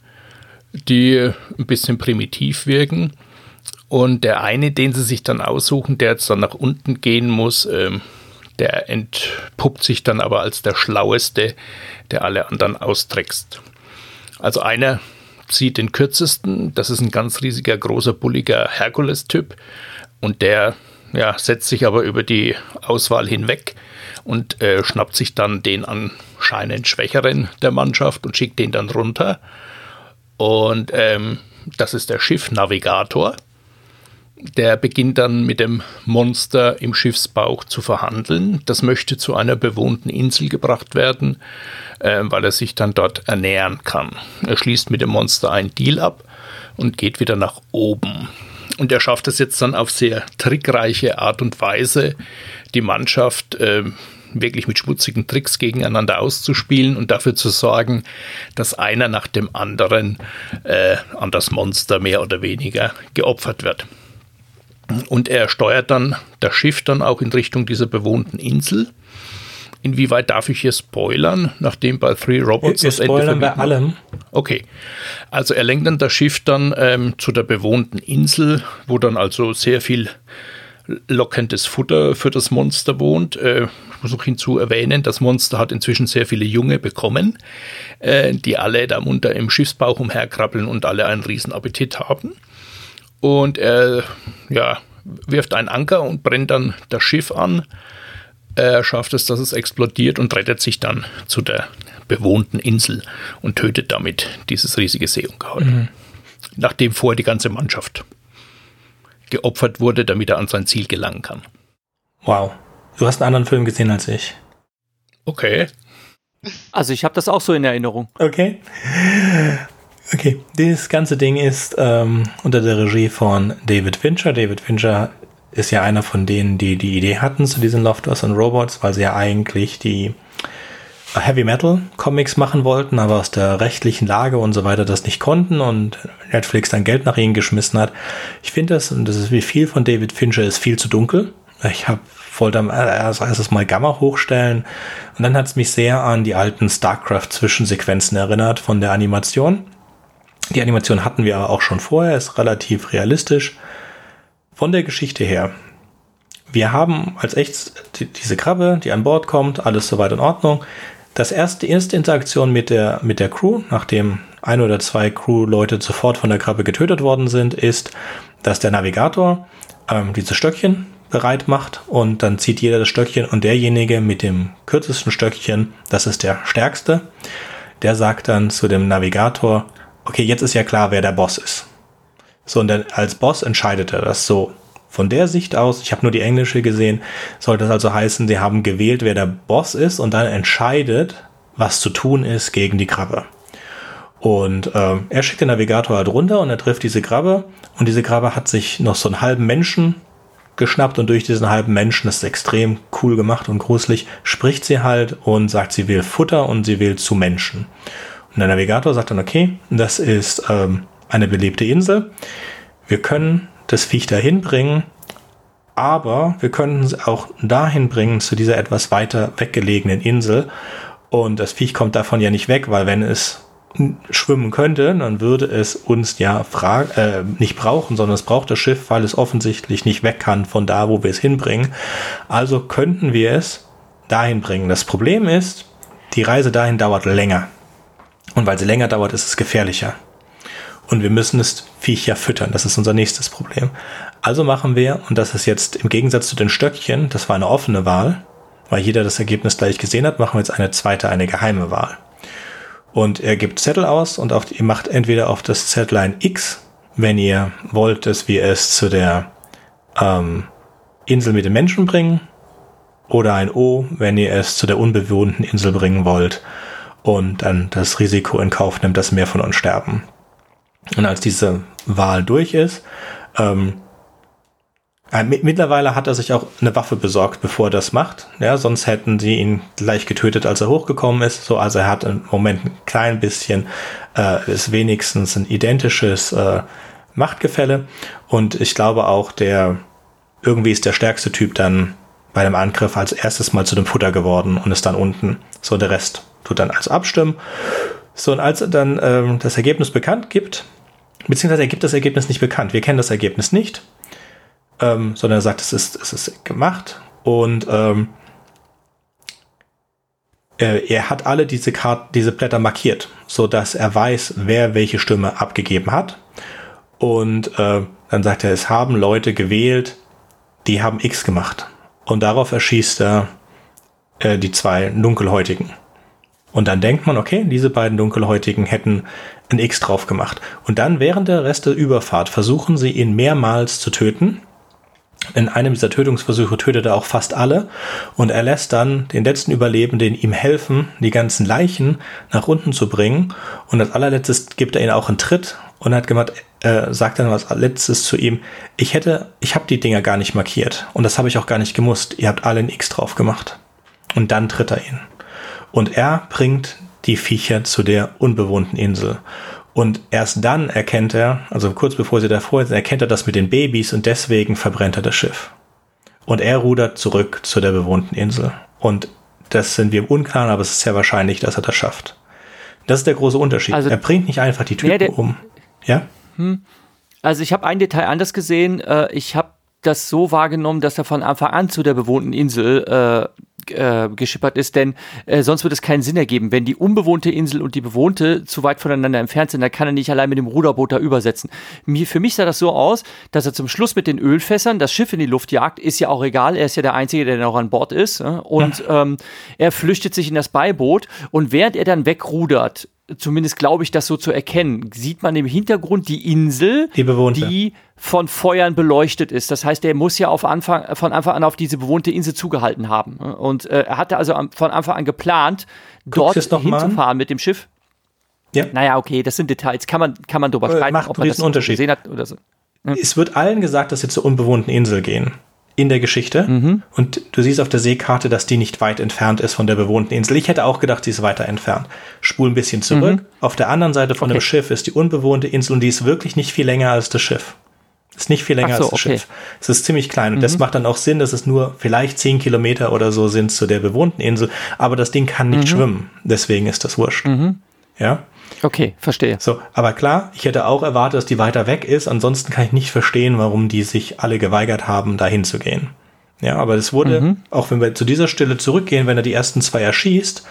die ein bisschen primitiv wirken. Und der eine, den sie sich dann aussuchen, der jetzt dann nach unten gehen muss, der entpuppt sich dann aber als der Schlaueste, der alle anderen austrickst. Also einer zieht den kürzesten, das ist ein ganz riesiger, großer, bulliger Herkules-Typ. Und der setzt sich aber über die Auswahl hinweg und schnappt sich dann den anscheinend Schwächeren der Mannschaft und schickt den dann runter. Und das ist der Schiffnavigator. Der beginnt dann mit dem Monster im Schiffsbauch zu verhandeln. Das möchte zu einer bewohnten Insel gebracht werden, weil er sich dann dort ernähren kann. Er schließt mit dem Monster einen Deal ab und geht wieder nach oben. Und er schafft es jetzt dann auf sehr trickreiche Art und Weise, die Mannschaft wirklich mit schmutzigen Tricks gegeneinander auszuspielen und dafür zu sorgen, dass einer nach dem anderen an das Monster mehr oder weniger geopfert wird. Und er steuert dann das Schiff dann auch in Richtung dieser bewohnten Insel. Inwieweit darf ich hier spoilern, nachdem bei Three Robots das Ende spoilern bei allem. Okay, also er lenkt dann das Schiff dann zu der bewohnten Insel, wo dann also sehr viel lockendes Futter für das Monster wohnt. Ich muss noch hinzu erwähnen, das Monster hat inzwischen sehr viele Junge bekommen, die alle da munter im Schiffsbauch umherkrabbeln und alle einen riesen Appetit haben. Und er wirft einen Anker und brennt dann das Schiff an. Er schafft es, dass es explodiert und rettet sich dann zu der bewohnten Insel und tötet damit dieses riesige Seeungeheuer. Nachdem vorher die ganze Mannschaft geopfert wurde, damit er an sein Ziel gelangen kann. Wow. Du hast einen anderen Film gesehen als ich. Okay. Also ich habe das auch so in Erinnerung. Okay, dieses ganze Ding ist unter der Regie von David Fincher. David Fincher ist ja einer von denen, die die Idee hatten zu diesen Love, Death and Robots, weil sie ja eigentlich die Heavy Metal Comics machen wollten, aber aus der rechtlichen Lage und so weiter das nicht konnten und Netflix dann Geld nach ihnen geschmissen hat. Ich finde das, und das ist wie viel von David Fincher, ist viel zu dunkel. Ich wollte als erstes mal Gamma hochstellen und dann hat es mich sehr an die alten StarCraft-Zwischensequenzen erinnert von der Animation. Die Animation hatten wir aber auch schon vorher, ist relativ realistisch. Von der Geschichte her, wir haben als echt diese Krabbe, die an Bord kommt, alles soweit in Ordnung. Die erste Interaktion mit der Crew, nachdem 1 oder 2 Crew-Leute sofort von der Krabbe getötet worden sind, ist, dass der Navigator diese Stöckchen bereit macht und dann zieht jeder das Stöckchen und derjenige mit dem kürzesten Stöckchen, das ist der stärkste, der sagt dann zu dem Navigator, okay, jetzt ist ja klar, wer der Boss ist. So, und dann als Boss entscheidet er das so. Von der Sicht aus, ich habe nur die englische gesehen, soll das also heißen, sie haben gewählt, wer der Boss ist und dann entscheidet, was zu tun ist gegen die Krabbe. Und er schickt den Navigator halt runter und er trifft diese Krabbe und diese Krabbe hat sich noch so einen halben Menschen geschnappt und durch diesen halben Menschen, das ist extrem cool gemacht und gruselig, spricht sie halt und sagt, sie will Futter und sie will zu Menschen. Und der Navigator sagt dann, okay, das ist eine belebte Insel. Wir können das Viech dahin bringen, aber wir können es auch dahin bringen, zu dieser etwas weiter weggelegenen Insel. Und das Viech kommt davon ja nicht weg, weil wenn es schwimmen könnte, dann würde es uns ja nicht brauchen, sondern es braucht das Schiff, weil es offensichtlich nicht weg kann von da, wo wir es hinbringen. Also könnten wir es dahin bringen. Das Problem ist, die Reise dahin dauert länger. Und weil sie länger dauert, ist es gefährlicher. Und wir müssen das Viech ja füttern. Das ist unser nächstes Problem. Also machen wir, und das ist jetzt im Gegensatz zu den Stöckchen, das war eine offene Wahl, weil jeder das Ergebnis gleich gesehen hat, machen wir jetzt eine zweite, eine geheime Wahl. Und er gibt Zettel aus und ihr macht entweder auf das Zettel ein X, wenn ihr wollt, dass wir es zu der Insel mit den Menschen bringen, oder ein O, wenn ihr es zu der unbewohnten Insel bringen wollt und dann das Risiko in Kauf nimmt, dass mehr von uns sterben. Und als diese Wahl durch ist, mittlerweile hat er sich auch eine Waffe besorgt, bevor er das macht. Ja, sonst hätten sie ihn gleich getötet, als er hochgekommen ist. So, also er hat im Moment ein klein bisschen, ist wenigstens ein identisches Machtgefälle. Und ich glaube auch, irgendwie ist der stärkste Typ dann bei dem Angriff als erstes mal zu dem Futter geworden und ist dann unten. So, der Rest tut dann also abstimmen. So, und als er dann das Ergebnis bekannt gibt, beziehungsweise er gibt das Ergebnis nicht bekannt. Wir kennen das Ergebnis nicht. Sondern er sagt, es ist gemacht und er hat alle diese Blätter markiert, so dass er weiß, wer welche Stimme abgegeben hat. Und dann sagt er, es haben Leute gewählt, die haben X gemacht. Und darauf erschießt er die zwei Dunkelhäutigen. Und dann denkt man, okay, diese beiden Dunkelhäutigen hätten ein X drauf gemacht. Und dann während der Rest der Überfahrt versuchen sie ihn mehrmals zu töten. In einem dieser Tötungsversuche tötet er auch fast alle und er lässt dann den letzten Überlebenden ihm helfen, die ganzen Leichen nach unten zu bringen. Und als allerletztes gibt er ihnen auch einen Tritt und hat gemacht, sagt dann als letztes zu ihm, ich habe die Dinger gar nicht markiert und das habe ich auch gar nicht gemusst. Ihr habt alle ein X drauf gemacht. Und dann tritt er ihn. Und er bringt die Viecher zu der unbewohnten Insel. Und erst dann erkennt er, also kurz bevor sie davor sind, erkennt er das mit den Babys und deswegen verbrennt er das Schiff. Und er rudert zurück zu der bewohnten Insel. Und das sind wir im Unklaren, aber es ist sehr wahrscheinlich, dass er das schafft. Das ist der große Unterschied. Also, er bringt nicht einfach die Typen um. Ja? Also ich habe ein Detail anders gesehen. Ich habe das so wahrgenommen, dass er von Anfang an zu der bewohnten Insel geschippert ist, denn sonst wird es keinen Sinn ergeben. Wenn die unbewohnte Insel und die bewohnte zu weit voneinander entfernt sind, dann kann er nicht allein mit dem Ruderboot da übersetzen. Für mich sah das so aus, dass er zum Schluss mit den Ölfässern das Schiff in die Luft jagt, ist ja auch egal, er ist ja der Einzige, der noch an Bord ist, und er flüchtet sich in das Beiboot und während er dann wegrudert, zumindest glaube ich, das so zu erkennen, sieht man im Hintergrund die Insel, die von Feuern beleuchtet ist. Das heißt, er muss ja von Anfang an auf diese bewohnte Insel zugehalten haben. Und er hatte also von Anfang an geplant, dort hinzufahren mit dem Schiff. Ja. Naja, okay, das sind Details. Kann man drüber streiten, ob man das so gesehen hat oder so. Ja. Es wird allen gesagt, dass sie zur unbewohnten Insel gehen. In der Geschichte. Und du siehst auf der Seekarte, dass die nicht weit entfernt ist von der bewohnten Insel. Ich hätte auch gedacht, sie ist weiter entfernt. Spul ein bisschen zurück. Auf der anderen Seite von dem Schiff ist die unbewohnte Insel und die ist wirklich nicht viel länger als das Schiff. Ist nicht viel länger als das Schiff. Es ist ziemlich klein und das macht dann auch Sinn, dass es nur vielleicht 10 Kilometer oder so sind zu der bewohnten Insel, aber das Ding kann nicht schwimmen. Deswegen ist das wurscht. Ja? Okay, verstehe. So, aber klar, ich hätte auch erwartet, dass die weiter weg ist. Ansonsten kann ich nicht verstehen, warum die sich alle geweigert haben, dahin zu gehen. Ja, aber es wurde, auch wenn wir zu dieser Stelle zurückgehen, wenn er die ersten zwei erschießt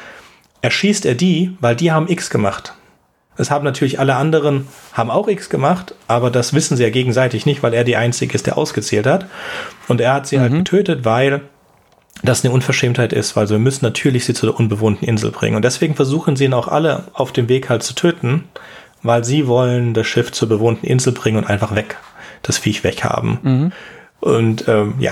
er die, weil die haben X gemacht. Es haben natürlich alle anderen, haben auch X gemacht, aber das wissen sie ja gegenseitig nicht, weil er die Einzige ist, der ausgezählt hat. Und er hat sie halt getötet, weil das eine Unverschämtheit ist, weil wir müssen natürlich sie zu der unbewohnten Insel bringen. Und deswegen versuchen sie ihn auch alle auf dem Weg halt zu töten, weil sie wollen das Schiff zur bewohnten Insel bringen und einfach das Viech weghaben. Und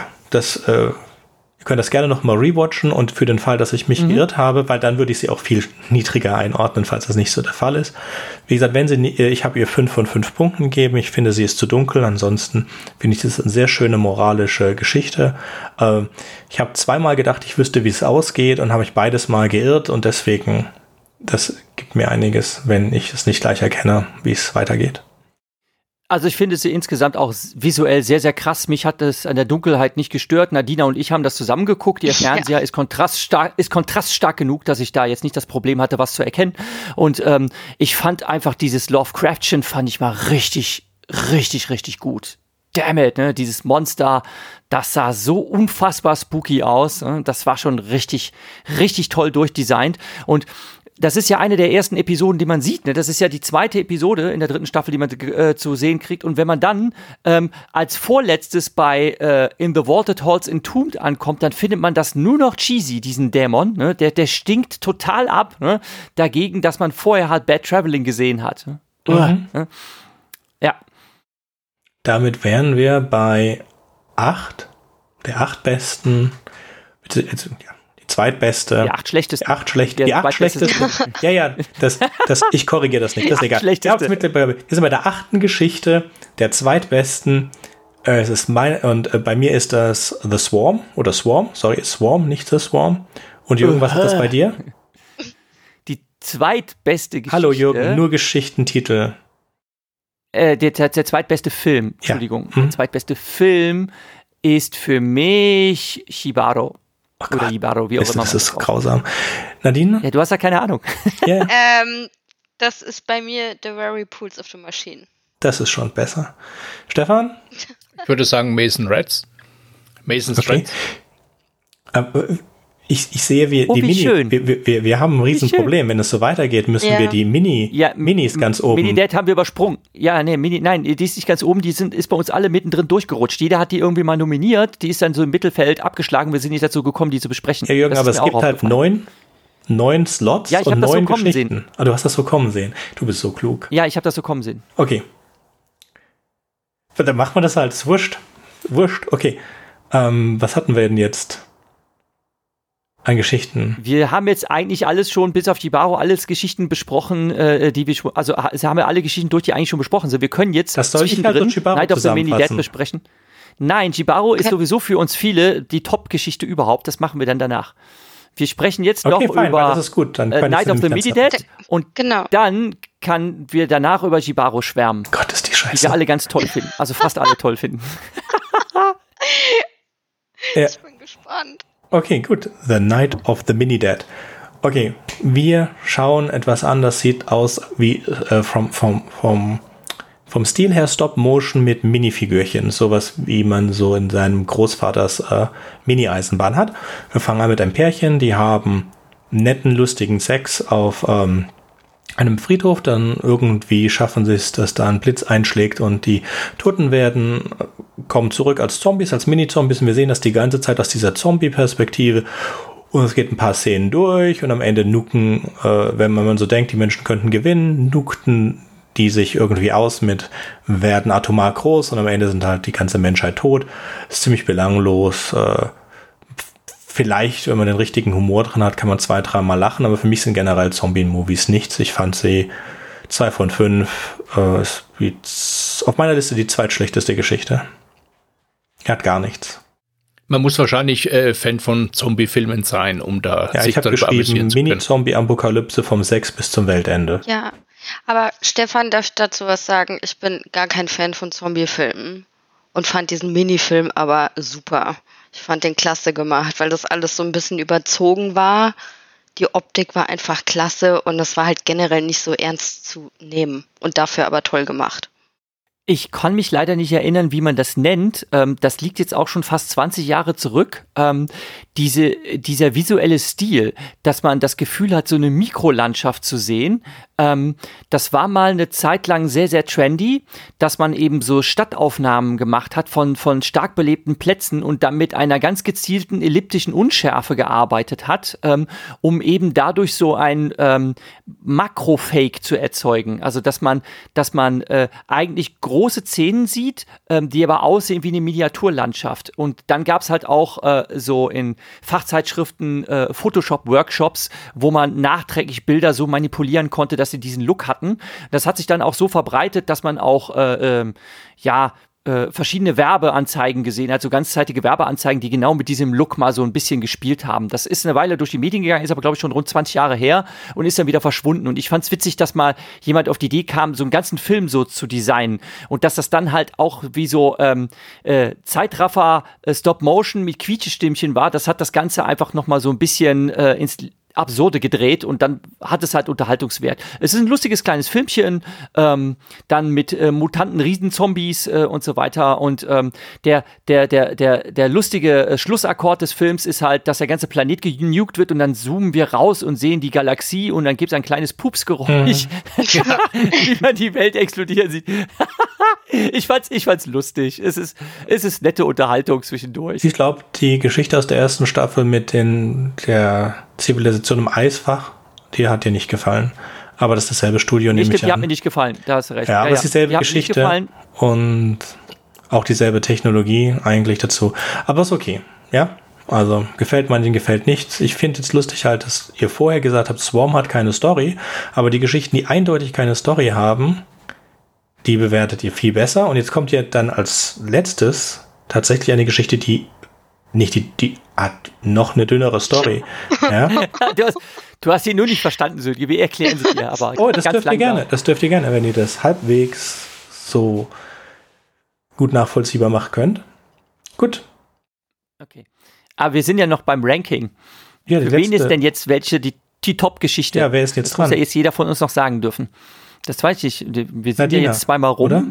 ihr könnt das gerne nochmal rewatchen und für den Fall, dass ich mich geirrt habe, weil dann würde ich sie auch viel niedriger einordnen, falls das nicht so der Fall ist. Wie gesagt, ich habe ihr 5 von 5 Punkten gegeben. Ich finde, sie ist zu dunkel. Ansonsten finde ich, das eine sehr schöne moralische Geschichte. Ich habe zweimal gedacht, ich wüsste, wie es ausgeht und habe mich beides mal geirrt und deswegen, das gibt mir einiges, wenn ich es nicht gleich erkenne, wie es weitergeht. Also ich finde sie insgesamt auch visuell sehr, sehr krass. Mich hat es an der Dunkelheit nicht gestört. Nadina und ich haben das zusammengeguckt. Ihr Fernseher ist kontraststark genug, dass ich da jetzt nicht das Problem hatte, was zu erkennen. Und ich fand einfach dieses Lovecraftchen fand ich mal richtig, richtig, richtig gut. Damn it, ne? Dieses Monster, das sah so unfassbar spooky aus. Ne? Das war schon richtig, richtig toll durchdesignt. Und das ist ja eine der ersten Episoden, die man sieht. Ne? Das ist ja die zweite Episode in der 3. Staffel, die man zu sehen kriegt. Und wenn man dann als vorletztes bei In the Vaulted Halls Entombed ankommt, dann findet man das nur noch cheesy, diesen Dämon. Ne? Der stinkt total ab, ne? Dagegen, dass man vorher halt Bad Traveling gesehen hat. Ne? Ja. Damit wären wir bei 8, der 8 besten, die zweitbeste. Die 8 schlechteste. Die 8 schlechteste. Ja, ich korrigiere das nicht, das ist egal. Wir sind bei der 8. Geschichte, der zweitbesten. Es ist bei mir ist das The Swarm oder Swarm, Swarm, nicht The Swarm. Und Jürgen, was ist das bei dir? Die zweitbeste Geschichte. Hallo Jürgen, nur Geschichtentitel. Der zweitbeste Film, Entschuldigung. Ja. Der zweitbeste Film ist für mich Chibaro. Oh oder Chibaro, wie auch immer. Das ist grausam. Nadine? Ja, du hast ja keine Ahnung. Yeah. Das ist bei mir The Very Pools of the Machine. Das ist schon besser. Stefan? Ich würde sagen Mason's Rats. Ich sehe, die Mini. Wir haben ein Riesenproblem. Wenn es so weitergeht, müssen wir die Minis ganz oben. Mini-Dad haben wir übersprungen. Ja, nee, nein, die ist nicht ganz oben. Die ist bei uns alle mittendrin durchgerutscht. Jeder hat die irgendwie mal nominiert. Die ist dann so im Mittelfeld abgeschlagen. Wir sind nicht dazu gekommen, die zu besprechen. Ja, Jürgen, aber es gibt halt 9 Slots und 9 Geschichten. Sehen. Ah, du hast das so kommen sehen. Du bist so klug. Ja, ich habe das so kommen sehen. Okay. Dann macht man das halt. Ist wurscht. Okay. Was hatten wir denn jetzt? An Geschichten. Wir haben jetzt eigentlich alles schon, bis auf Chibaro, alles Geschichten besprochen, die wir schon, also haben wir alle Geschichten durch, die eigentlich schon besprochen sind. Wir können jetzt das soll ich halt Night of the Mini-Dad besprechen. Nein, Chibaro ist sowieso für uns viele die Top-Geschichte überhaupt. Das machen wir dann danach. Wir sprechen jetzt noch über das ist gut. Dann Night of the Mini-Dad und dann kann wir danach über Chibaro schwärmen. Gott, ist die Scheiße. Die wir alle ganz toll finden. Also fast alle toll finden. Ich bin gespannt. Okay, gut. The Night of the Mini-Dad. Okay, wir schauen etwas an. Das sieht aus wie vom Stil her Stop-Motion mit Minifigürchen. Sowas, wie man so in seinem Großvaters Mini-Eisenbahn hat. Wir fangen an mit einem Pärchen. Die haben netten, lustigen Sex auf einem Friedhof. Dann irgendwie schaffen sie es, dass da ein Blitz einschlägt und die Toten kommen zurück als Zombies, als Mini-Zombies. Und wir sehen das die ganze Zeit aus dieser Zombie-Perspektive. Und es geht ein paar Szenen durch und am Ende nuken, wenn man so denkt, die Menschen könnten gewinnen, nukten die sich irgendwie aus werden atomar groß und am Ende sind halt die ganze Menschheit tot. Ist ziemlich belanglos. Vielleicht, wenn man den richtigen Humor drin hat, kann man 2-3 Mal lachen, aber für mich sind generell Zombie-Movies nichts. Ich fand sie 2 von 5. Auf meiner Liste die zweitschlechteste Geschichte. Er hat gar nichts. Man muss wahrscheinlich Fan von Zombie-Filmen sein, um da sich darüber amüsieren zu können. Mini-Zombie-Apokalypse vom Sex bis zum Weltende. Ja, aber Stefan, darf ich dazu was sagen? Ich bin gar kein Fan von Zombie-Filmen und fand diesen Minifilm aber super. Ich fand den klasse gemacht, weil das alles so ein bisschen überzogen war. Die Optik war einfach klasse und das war halt generell nicht so ernst zu nehmen und dafür aber toll gemacht. Ich kann mich leider nicht erinnern, wie man das nennt. Das liegt jetzt auch schon fast 20 Jahre zurück. Dieser visuelle Stil, dass man das Gefühl hat, so eine Mikrolandschaft zu sehen, das war mal eine Zeit lang sehr, sehr trendy, dass man eben so Stadtaufnahmen gemacht hat von stark belebten Plätzen und dann mit einer ganz gezielten elliptischen Unschärfe gearbeitet hat, um eben dadurch so ein Makrofake zu erzeugen. Also dass man eigentlich große Szenen sieht, die aber aussehen wie eine Miniaturlandschaft. Und dann gab es halt auch so in Fachzeitschriften Photoshop-Workshops, wo man nachträglich Bilder so manipulieren konnte, dass sie diesen Look hatten. Das hat sich dann auch so verbreitet, dass man auch verschiedene Werbeanzeigen gesehen hat, so ganzzeitige Werbeanzeigen, die genau mit diesem Look mal so ein bisschen gespielt haben. Das ist eine Weile durch die Medien gegangen, ist aber, glaube ich, schon rund 20 Jahre her und ist dann wieder verschwunden. Und ich fand es witzig, dass mal jemand auf die Idee kam, so einen ganzen Film so zu designen und dass das dann halt auch wie so Zeitraffer Stop-Motion mit Quietschestimmchen war. Das hat das Ganze einfach nochmal so ein bisschen ins Absurde gedreht und dann hat es halt Unterhaltungswert. Es ist ein lustiges kleines Filmchen, dann mit mutanten Riesenzombies und so weiter und der lustige Schlussakkord des Films ist halt, dass der ganze Planet genukt wird und dann zoomen wir raus und sehen die Galaxie und dann gibt es ein kleines Pupsgeräusch, wie man die Welt explodieren sieht. Ich fand's lustig. Es ist nette Unterhaltung zwischendurch. Ich glaube, die Geschichte aus der ersten Staffel mit der Zivilisation im Eisfach, die hat dir nicht gefallen. Aber das ist dasselbe Studio, nehme ich an. Die hat mir nicht gefallen, da hast du recht. Ja, aber es ist dieselbe Geschichte und auch dieselbe Technologie eigentlich dazu. Aber ist okay, ja. Also gefällt manchen, gefällt nichts. Ich finde jetzt lustig halt, dass ihr vorher gesagt habt, Swarm hat keine Story, aber die Geschichten, die eindeutig keine Story haben, die bewertet ihr viel besser. Und jetzt kommt ja dann als letztes tatsächlich eine Geschichte, die hat noch eine dünnere Story. Ja? Du hast sie nur nicht verstanden, Sönke. Wir erklären sie dir aber. Oh, das dürft ihr gerne. Das dürft ihr gerne, wenn ihr das halbwegs so gut nachvollziehbar machen könnt. Gut. Okay. Aber wir sind ja noch beim Ranking. Ja, für wen ist denn jetzt welche die Top-Geschichte? Ja, wer ist jetzt das dran? Muss ja jetzt jeder von uns noch sagen dürfen. Das weiß ich nicht. Wir sind Nadina, ja jetzt zweimal rum. Oder?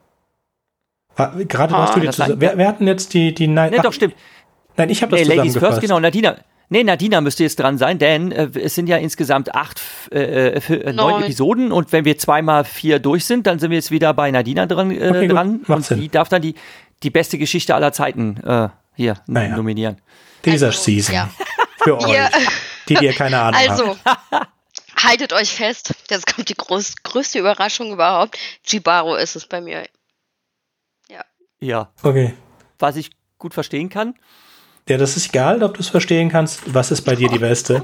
Gerade warst du die zusammen. Wir hatten jetzt die Nein, doch, stimmt. Nein, ich habe das Ladies zusammengefasst. First, genau. Nadina müsste jetzt dran sein, denn es sind ja insgesamt 9 Episoden und wenn wir 2x4 durch sind, dann sind wir jetzt wieder bei Nadina dran. Und Sinn. die darf dann die beste Geschichte aller Zeiten nominieren. Dieser Season. Ja. Für euch, die ihr keine Ahnung habt. Also, haltet euch fest, jetzt kommt die größte Überraschung überhaupt. Chibaro ist es bei mir. Ja. Okay. Was ich gut verstehen kann. Ja, das ist egal, ob du es verstehen kannst. Was ist bei dir die beste?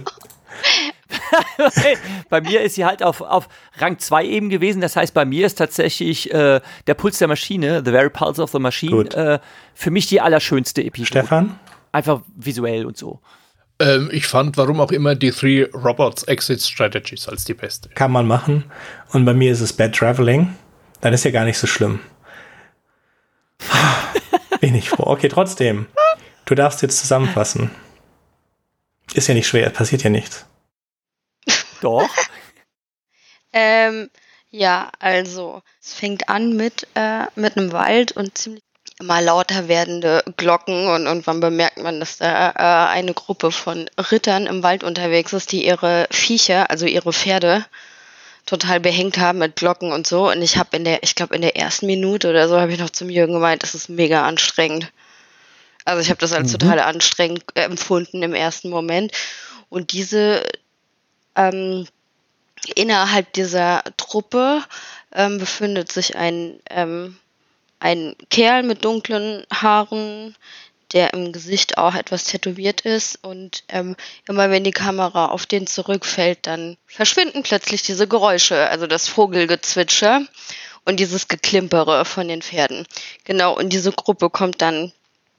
Bei mir ist sie halt auf Rang 2 eben gewesen. Das heißt, bei mir ist tatsächlich der Puls der Maschine, The Very Pulse of the Machine, für mich die allerschönste Episode. Stefan? Einfach visuell und so. Ich fand, warum auch immer, die 3 Robots Exit Strategies als die beste. Kann man machen. Und bei mir ist es Bad Traveling. Dann ist ja gar nicht so schlimm. Bin ich froh. Okay, trotzdem. Du darfst jetzt zusammenfassen. Ist ja nicht schwer, passiert ja nichts. Doch. Ja, also es fängt an mit einem Wald und ziemlich immer lauter werdende Glocken und irgendwann bemerkt man, dass da eine Gruppe von Rittern im Wald unterwegs ist, die ihre Viecher, also ihre Pferde, total behängt haben mit Glocken und so. Und ich habe in der ersten Minute oder so habe ich noch zum Jürgen gemeint, das ist mega anstrengend. Also ich habe das als total anstrengend empfunden im ersten Moment. Und innerhalb dieser Truppe befindet sich ein Kerl mit dunklen Haaren, der im Gesicht auch etwas tätowiert ist und immer wenn die Kamera auf den zurückfällt, dann verschwinden plötzlich diese Geräusche, also das Vogelgezwitscher und dieses Geklimpere von den Pferden. Genau, und diese Gruppe kommt dann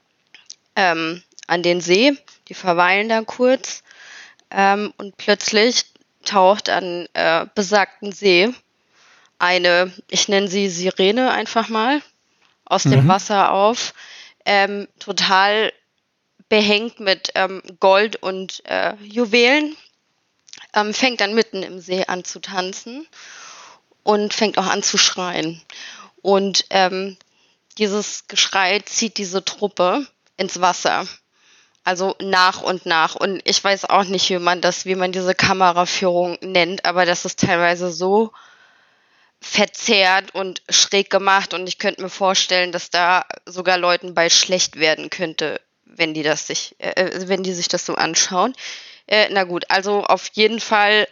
an den See, die verweilen da kurz und plötzlich taucht an besagten See eine, ich nenne sie Sirene einfach mal, aus dem Wasser auf, total behängt mit Gold und Juwelen, fängt dann mitten im See an zu tanzen und fängt auch an zu schreien. Und dieses Geschrei zieht diese Truppe ins Wasser. Also nach und nach. Und ich weiß auch nicht, wie man diese Kameraführung nennt, aber das ist teilweise so verzerrt und schräg gemacht und ich könnte mir vorstellen, dass da sogar Leuten bei schlecht werden könnte, wenn die sich das so anschauen. Na gut, also auf jeden Fall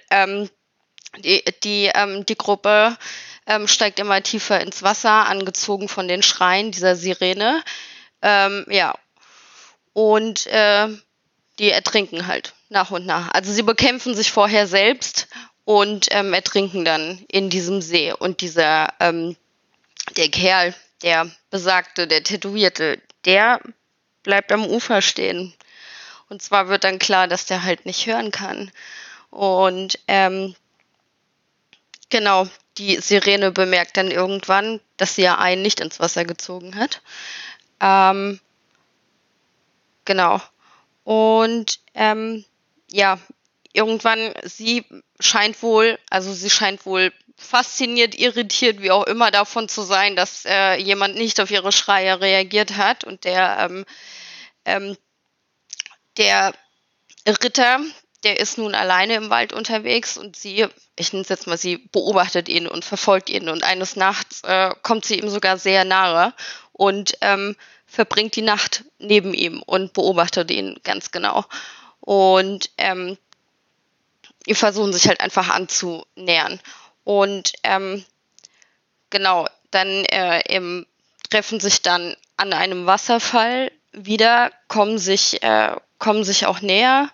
die Gruppe steigt immer tiefer ins Wasser, angezogen von den Schreien dieser Sirene. Und die ertrinken halt nach und nach. Also sie bekämpfen sich vorher selbst und ertrinken dann in diesem See. Und der Kerl, der Besagte, der Tätowierte, der bleibt am Ufer stehen. Und zwar wird dann klar, dass der halt nicht hören kann. Und genau, die Sirene bemerkt dann irgendwann, dass sie ja einen nicht ins Wasser gezogen hat. Genau. Und ja, irgendwann, sie scheint wohl fasziniert, irritiert, wie auch immer davon zu sein, dass jemand nicht auf ihre Schreie reagiert hat. Und der Ritter, der ist nun alleine im Wald unterwegs und sie, ich nenne es jetzt mal, sie beobachtet ihn und verfolgt ihn. Und eines Nachts kommt sie ihm sogar sehr nahe und verbringt die Nacht neben ihm und beobachtet ihn ganz genau. Und die versuchen sich halt einfach anzunähern. Und genau, dann treffen sich dann an einem Wasserfall wieder, kommen sich auch näher.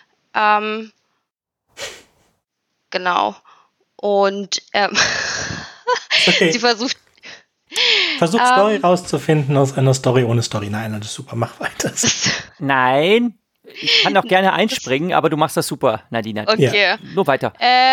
Genau. Und okay. Sie versucht Story rauszufinden aus einer Story ohne Story. Nein, das ist super, mach weiter. Nein, ich kann auch gerne einspringen, aber du machst das super, Nadina. Okay. Ja. Nur weiter.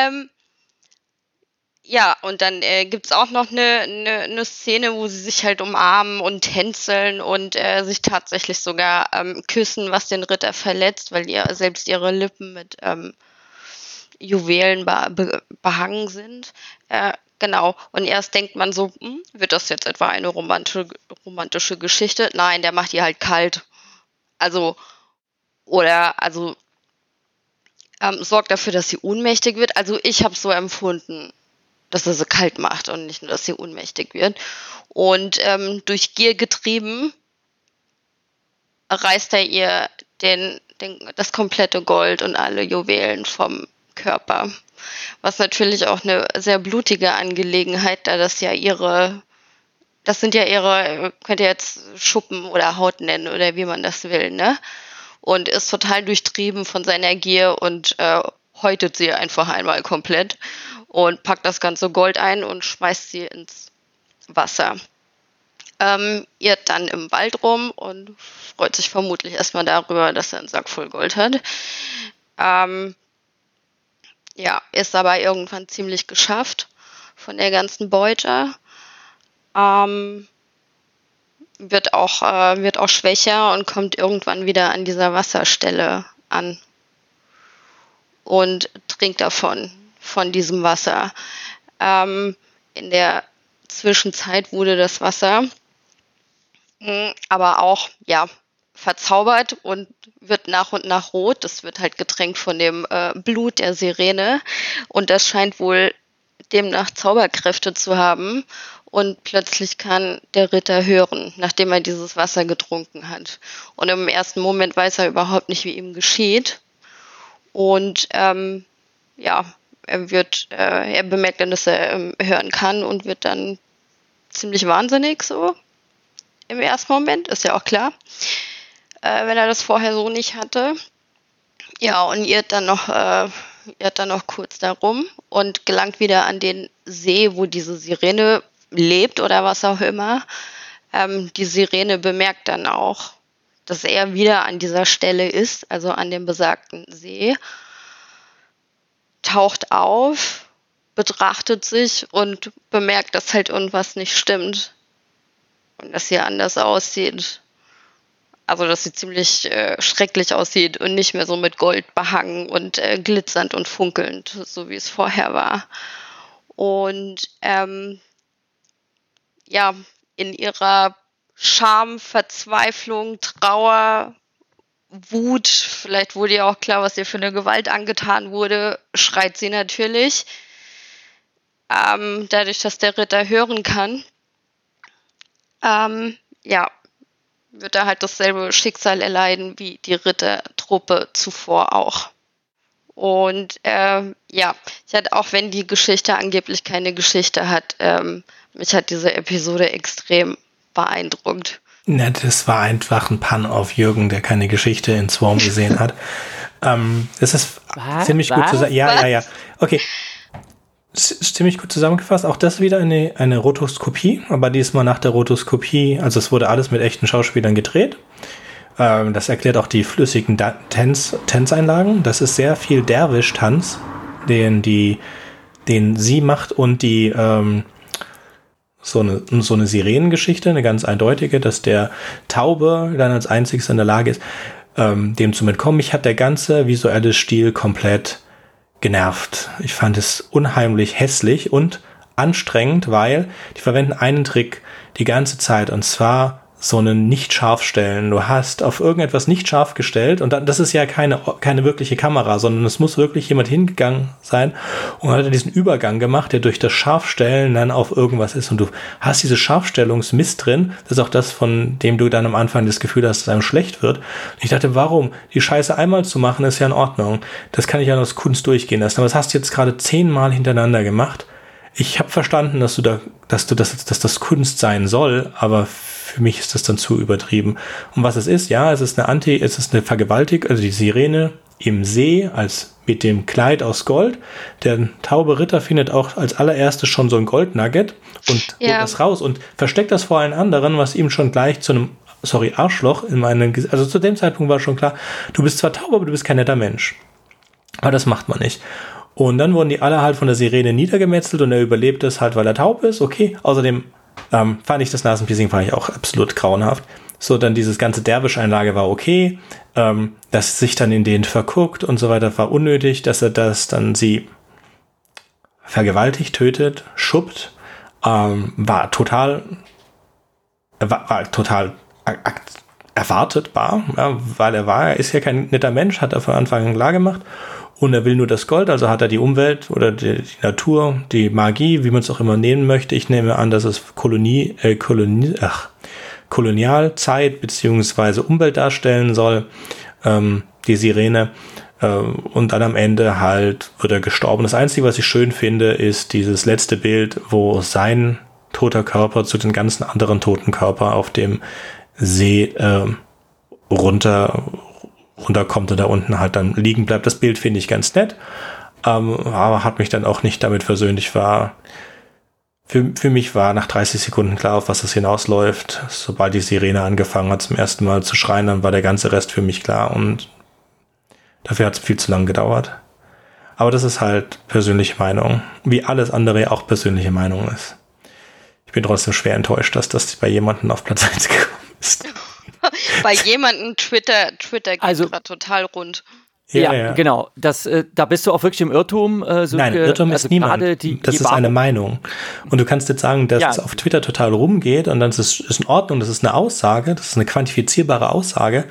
Ja, und dann gibt's auch noch eine Szene, wo sie sich halt umarmen und tänzeln und sich tatsächlich sogar küssen, was den Ritter verletzt, weil selbst ihre Lippen mit Juwelen behangen sind. Genau. Und erst denkt man so, wird das jetzt etwa eine romantische Geschichte? Nein, der macht die halt kalt. Sorgt dafür, dass sie ohnmächtig wird. Also ich habe so empfunden, dass er sie kalt macht und nicht nur, dass sie ohnmächtig wird. Und durch Gier getrieben reißt er ihr das komplette Gold und alle Juwelen vom Körper. Was natürlich auch eine sehr blutige Angelegenheit, da das sind ja ihre, könnt ihr jetzt Schuppen oder Haut nennen oder wie man das will, ne? Und ist total durchtrieben von seiner Gier und häutet sie einfach einmal komplett und packt das ganze Gold ein und schmeißt sie ins Wasser. Irrt dann im Wald rum und freut sich vermutlich erstmal darüber, dass er einen Sack voll Gold hat. Ja, ist aber irgendwann ziemlich geschafft von der ganzen Beute. Wird auch schwächer und kommt irgendwann wieder an dieser Wasserstelle an und trinkt von diesem Wasser. In der Zwischenzeit wurde das Wasser aber auch, ja, verzaubert und wird nach und nach rot. Das wird halt getränkt von dem Blut der Sirene und das scheint wohl demnach Zauberkräfte zu haben und plötzlich kann der Ritter hören, nachdem er dieses Wasser getrunken hat. Und im ersten Moment weiß er überhaupt nicht, wie ihm geschieht und ja, er bemerkt dann, dass er hören kann und wird dann ziemlich wahnsinnig so im ersten Moment, ist ja auch klar. Wenn er das vorher so nicht hatte. Ja, und irrt dann noch kurz darum und gelangt wieder an den See, wo diese Sirene lebt oder was auch immer. Die Sirene bemerkt dann auch, dass er wieder an dieser Stelle ist, also an dem besagten See, taucht auf, betrachtet sich und bemerkt, dass halt irgendwas nicht stimmt und dass sie anders aussieht. Also, dass sie ziemlich schrecklich aussieht und nicht mehr so mit Gold behangen und glitzernd und funkelnd, so wie es vorher war. Und ja, in ihrer Scham, Verzweiflung, Trauer, Wut, vielleicht wurde ihr auch klar, was ihr für eine Gewalt angetan wurde, schreit sie natürlich. Dadurch, dass der Ritter hören kann, ja, wird er halt dasselbe Schicksal erleiden wie die Rittertruppe zuvor auch. Und ja, ich hatte, auch wenn die Geschichte angeblich keine Geschichte hat, mich hat diese Episode extrem beeindruckt. Ja, das war einfach ein Pun auf Jürgen, der keine Geschichte in Swarm gesehen hat. Es ist ziemlich gut zu sagen. Ja. Okay. Ist ziemlich gut zusammengefasst. Auch das wieder eine Rotoskopie, aber diesmal nach der Rotoskopie, also es wurde alles mit echten Schauspielern gedreht. Das erklärt auch die flüssigen Tanzeinlagen. Das ist sehr viel Derwisch-Tanz, den sie macht und die so eine Sirenengeschichte, eine ganz eindeutige, dass der Taube dann als einziges in der Lage ist, dem zu entkommen. Mich hat der ganze visuelle Stil komplett genervt. Ich fand es unheimlich hässlich und anstrengend, weil die verwenden einen Trick die ganze Zeit, und zwar so einen Nicht-Scharf-Stellen. Du hast auf irgendetwas nicht scharf gestellt und dann, das ist ja keine wirkliche Kamera, sondern es muss wirklich jemand hingegangen sein und hat diesen Übergang gemacht, der durch das Scharfstellen dann auf irgendwas ist, und du hast diese Scharfstellungsmist drin. Das ist auch das, von dem du dann am Anfang das Gefühl hast, dass es einem schlecht wird. Und ich dachte, warum? Die Scheiße einmal zu machen, ist ja in Ordnung. Das kann ich ja als Kunst durchgehen lassen. Aber das hast du jetzt gerade 10-mal hintereinander gemacht. Ich habe verstanden, dass das Kunst sein soll, aber für mich ist das dann zu übertrieben. Und was es ist, ja, es ist eine Vergewaltigung, also die Sirene im See als mit dem Kleid aus Gold. Der taube Ritter findet auch als allererstes schon so ein Goldnugget und holt das raus und versteckt das vor allen anderen, was ihm schon gleich zu einem, Arschloch also zu dem Zeitpunkt war schon klar, du bist zwar taub, aber du bist kein netter Mensch. Aber das macht man nicht. Und dann wurden die alle halt von der Sirene niedergemetzelt und er überlebt es halt, weil er taub ist. Okay, außerdem fand ich das Nasenpiercing auch absolut grauenhaft. So, dann dieses ganze Derwisch-Einlage war okay. Dass sich dann in den verguckt und so weiter war unnötig. Dass er das dann sie vergewaltigt, tötet, schuppt, war total erwartetbar, ja, weil er ist ja kein netter Mensch, hat er von Anfang an klar gemacht. Und er will nur das Gold, also hat er die Umwelt oder die Natur, die Magie, wie man es auch immer nennen möchte. Ich nehme an, dass es Kolonialzeit beziehungsweise Umwelt darstellen soll, die Sirene. Und dann am Ende halt wird er gestorben. Das Einzige, was ich schön finde, ist dieses letzte Bild, wo sein toter Körper zu den ganzen anderen toten Körpern auf dem See runterkommt und da unten halt dann liegen bleibt. Das Bild finde ich ganz nett, aber hat mich dann auch nicht damit versöhnt. Für mich war nach 30 Sekunden klar, auf was das hinausläuft. Sobald die Sirene angefangen hat, zum ersten Mal zu schreien, dann war der ganze Rest für mich klar und dafür hat es viel zu lang gedauert. Aber das ist halt persönliche Meinung, wie alles andere auch persönliche Meinung ist. Ich bin trotzdem schwer enttäuscht, dass das bei jemandem auf Platz 1 gekommen ist. Bei jemandem Twitter geht also, gerade total rund. Ja, genau. Da bist du auch wirklich im Irrtum. Nein, Irrtum ist niemand. Das ist eine Meinung. Und du kannst jetzt sagen, dass es auf Twitter total rumgeht und dann ist es in Ordnung, das ist eine Aussage, das ist eine quantifizierbare Aussage.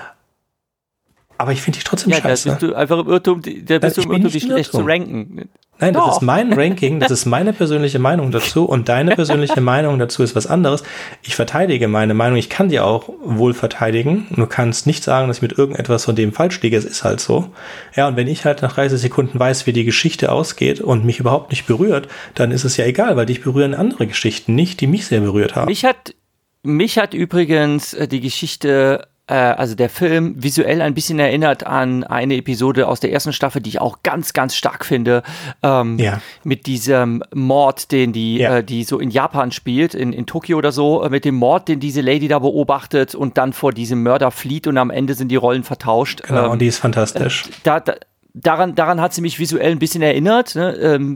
Aber ich finde dich trotzdem scheiße. Da bist du einfach im Irrtum, dich schlecht zu ranken. Nein, das ist mein Ranking, das ist meine persönliche Meinung dazu und deine persönliche Meinung dazu ist was anderes. Ich verteidige meine Meinung, ich kann die auch wohl verteidigen. Du kannst nicht sagen, dass ich mit irgendetwas von dem falsch liege, es ist halt so. Ja, und wenn ich halt nach 30 Sekunden weiß, wie die Geschichte ausgeht und mich überhaupt nicht berührt, dann ist es ja egal, weil dich berühren andere Geschichten nicht, die mich sehr berührt haben. Mich hat übrigens die Geschichte, also der Film, visuell ein bisschen erinnert an eine Episode aus der ersten Staffel, die ich auch ganz, ganz stark finde, mit diesem Mord, den die so in Japan spielt, in Tokio oder so, mit dem Mord, den diese Lady da beobachtet und dann vor diesem Mörder flieht und am Ende sind die Rollen vertauscht. Genau, und die ist fantastisch. Daran hat sie mich visuell ein bisschen erinnert, ne?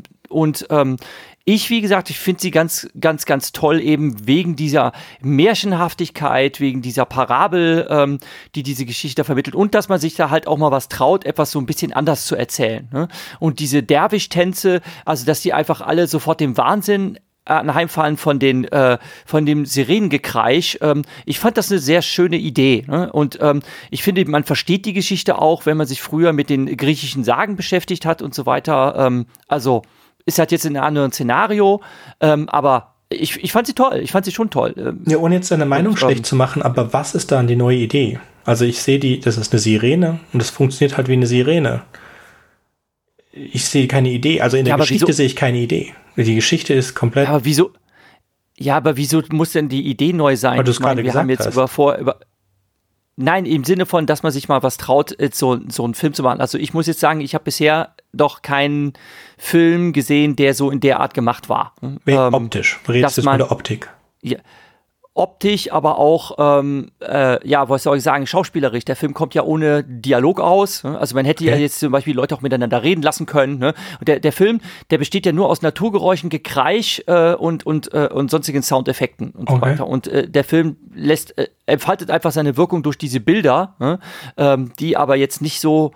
Ich, wie gesagt, ich finde sie ganz, ganz, ganz toll, eben wegen dieser Märchenhaftigkeit, wegen dieser Parabel, die diese Geschichte vermittelt und dass man sich da halt auch mal was traut, etwas so ein bisschen anders zu erzählen. Ne? Und diese Derwisch-Tänze, also dass die einfach alle sofort dem Wahnsinn anheimfallen von dem Sirenengekreisch. Ich fand das eine sehr schöne Idee. Ne? Und ich finde, man versteht die Geschichte auch, wenn man sich früher mit den griechischen Sagen beschäftigt hat und so weiter. Ist halt jetzt in einem anderen Szenario, aber ich fand sie toll, ich fand sie schon toll. Ja, ohne jetzt deine Meinung schlecht zu machen, aber was ist dann die neue Idee? Also ich sehe das ist eine Sirene und das funktioniert halt wie eine Sirene. Ich sehe keine Idee, also in der Geschichte sehe ich keine Idee. Die Geschichte ist komplett... Aber wieso muss denn die Idee neu sein? Weil du es gerade gesagt hast. Nein, im Sinne von, dass man sich mal was traut, so einen Film zu machen. Also ich muss jetzt sagen, ich habe bisher noch keinen Film gesehen, der so in der Art gemacht war. Optisch. Redest du von der Optik? Ja, optisch, aber auch, was soll ich sagen, schauspielerisch. Der Film kommt ja ohne Dialog aus. Ne? Also man hätte ja jetzt zum Beispiel Leute auch miteinander reden lassen können. Ne? Und der Film, der besteht ja nur aus Naturgeräuschen, Gekreisch und sonstigen Soundeffekten und so weiter. Und der Film entfaltet einfach seine Wirkung durch diese Bilder, ne? Die aber jetzt nicht so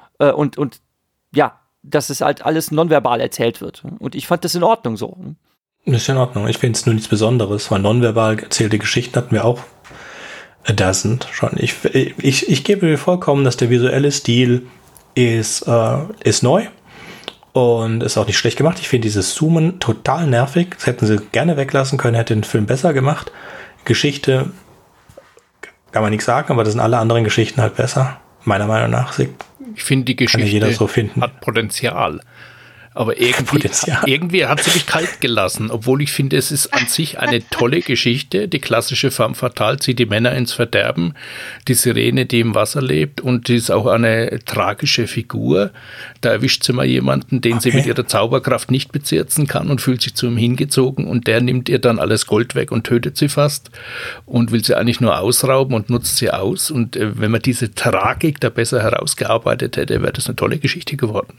dass es halt alles nonverbal erzählt wird. Und ich fand das in Ordnung so. Ne? Das ist in Ordnung. Ich finde es nur nichts Besonderes, weil nonverbal erzählte Geschichten hatten wir auch dozent schon. Ich gebe dir vollkommen, dass der visuelle Stil ist neu und ist auch nicht schlecht gemacht. Ich finde dieses Zoomen total nervig. Das hätten sie gerne weglassen können, hätte den Film besser gemacht. Geschichte kann man nichts sagen, aber das sind alle anderen Geschichten halt besser. Meiner Meinung nach. Ich finde, die Geschichte so hat Potenzial. Aber irgendwie hat sie mich kalt gelassen, obwohl ich finde, es ist an sich eine tolle Geschichte. Die klassische femme fatale zieht die Männer ins Verderben, die Sirene, die im Wasser lebt, und die ist auch eine tragische Figur. Da erwischt sie mal jemanden, den sie mit ihrer Zauberkraft nicht bezirzen kann und fühlt sich zu ihm hingezogen, und der nimmt ihr dann alles Gold weg und tötet sie fast und will sie eigentlich nur ausrauben und nutzt sie aus. Und wenn man diese Tragik da besser herausgearbeitet hätte, wäre das eine tolle Geschichte geworden.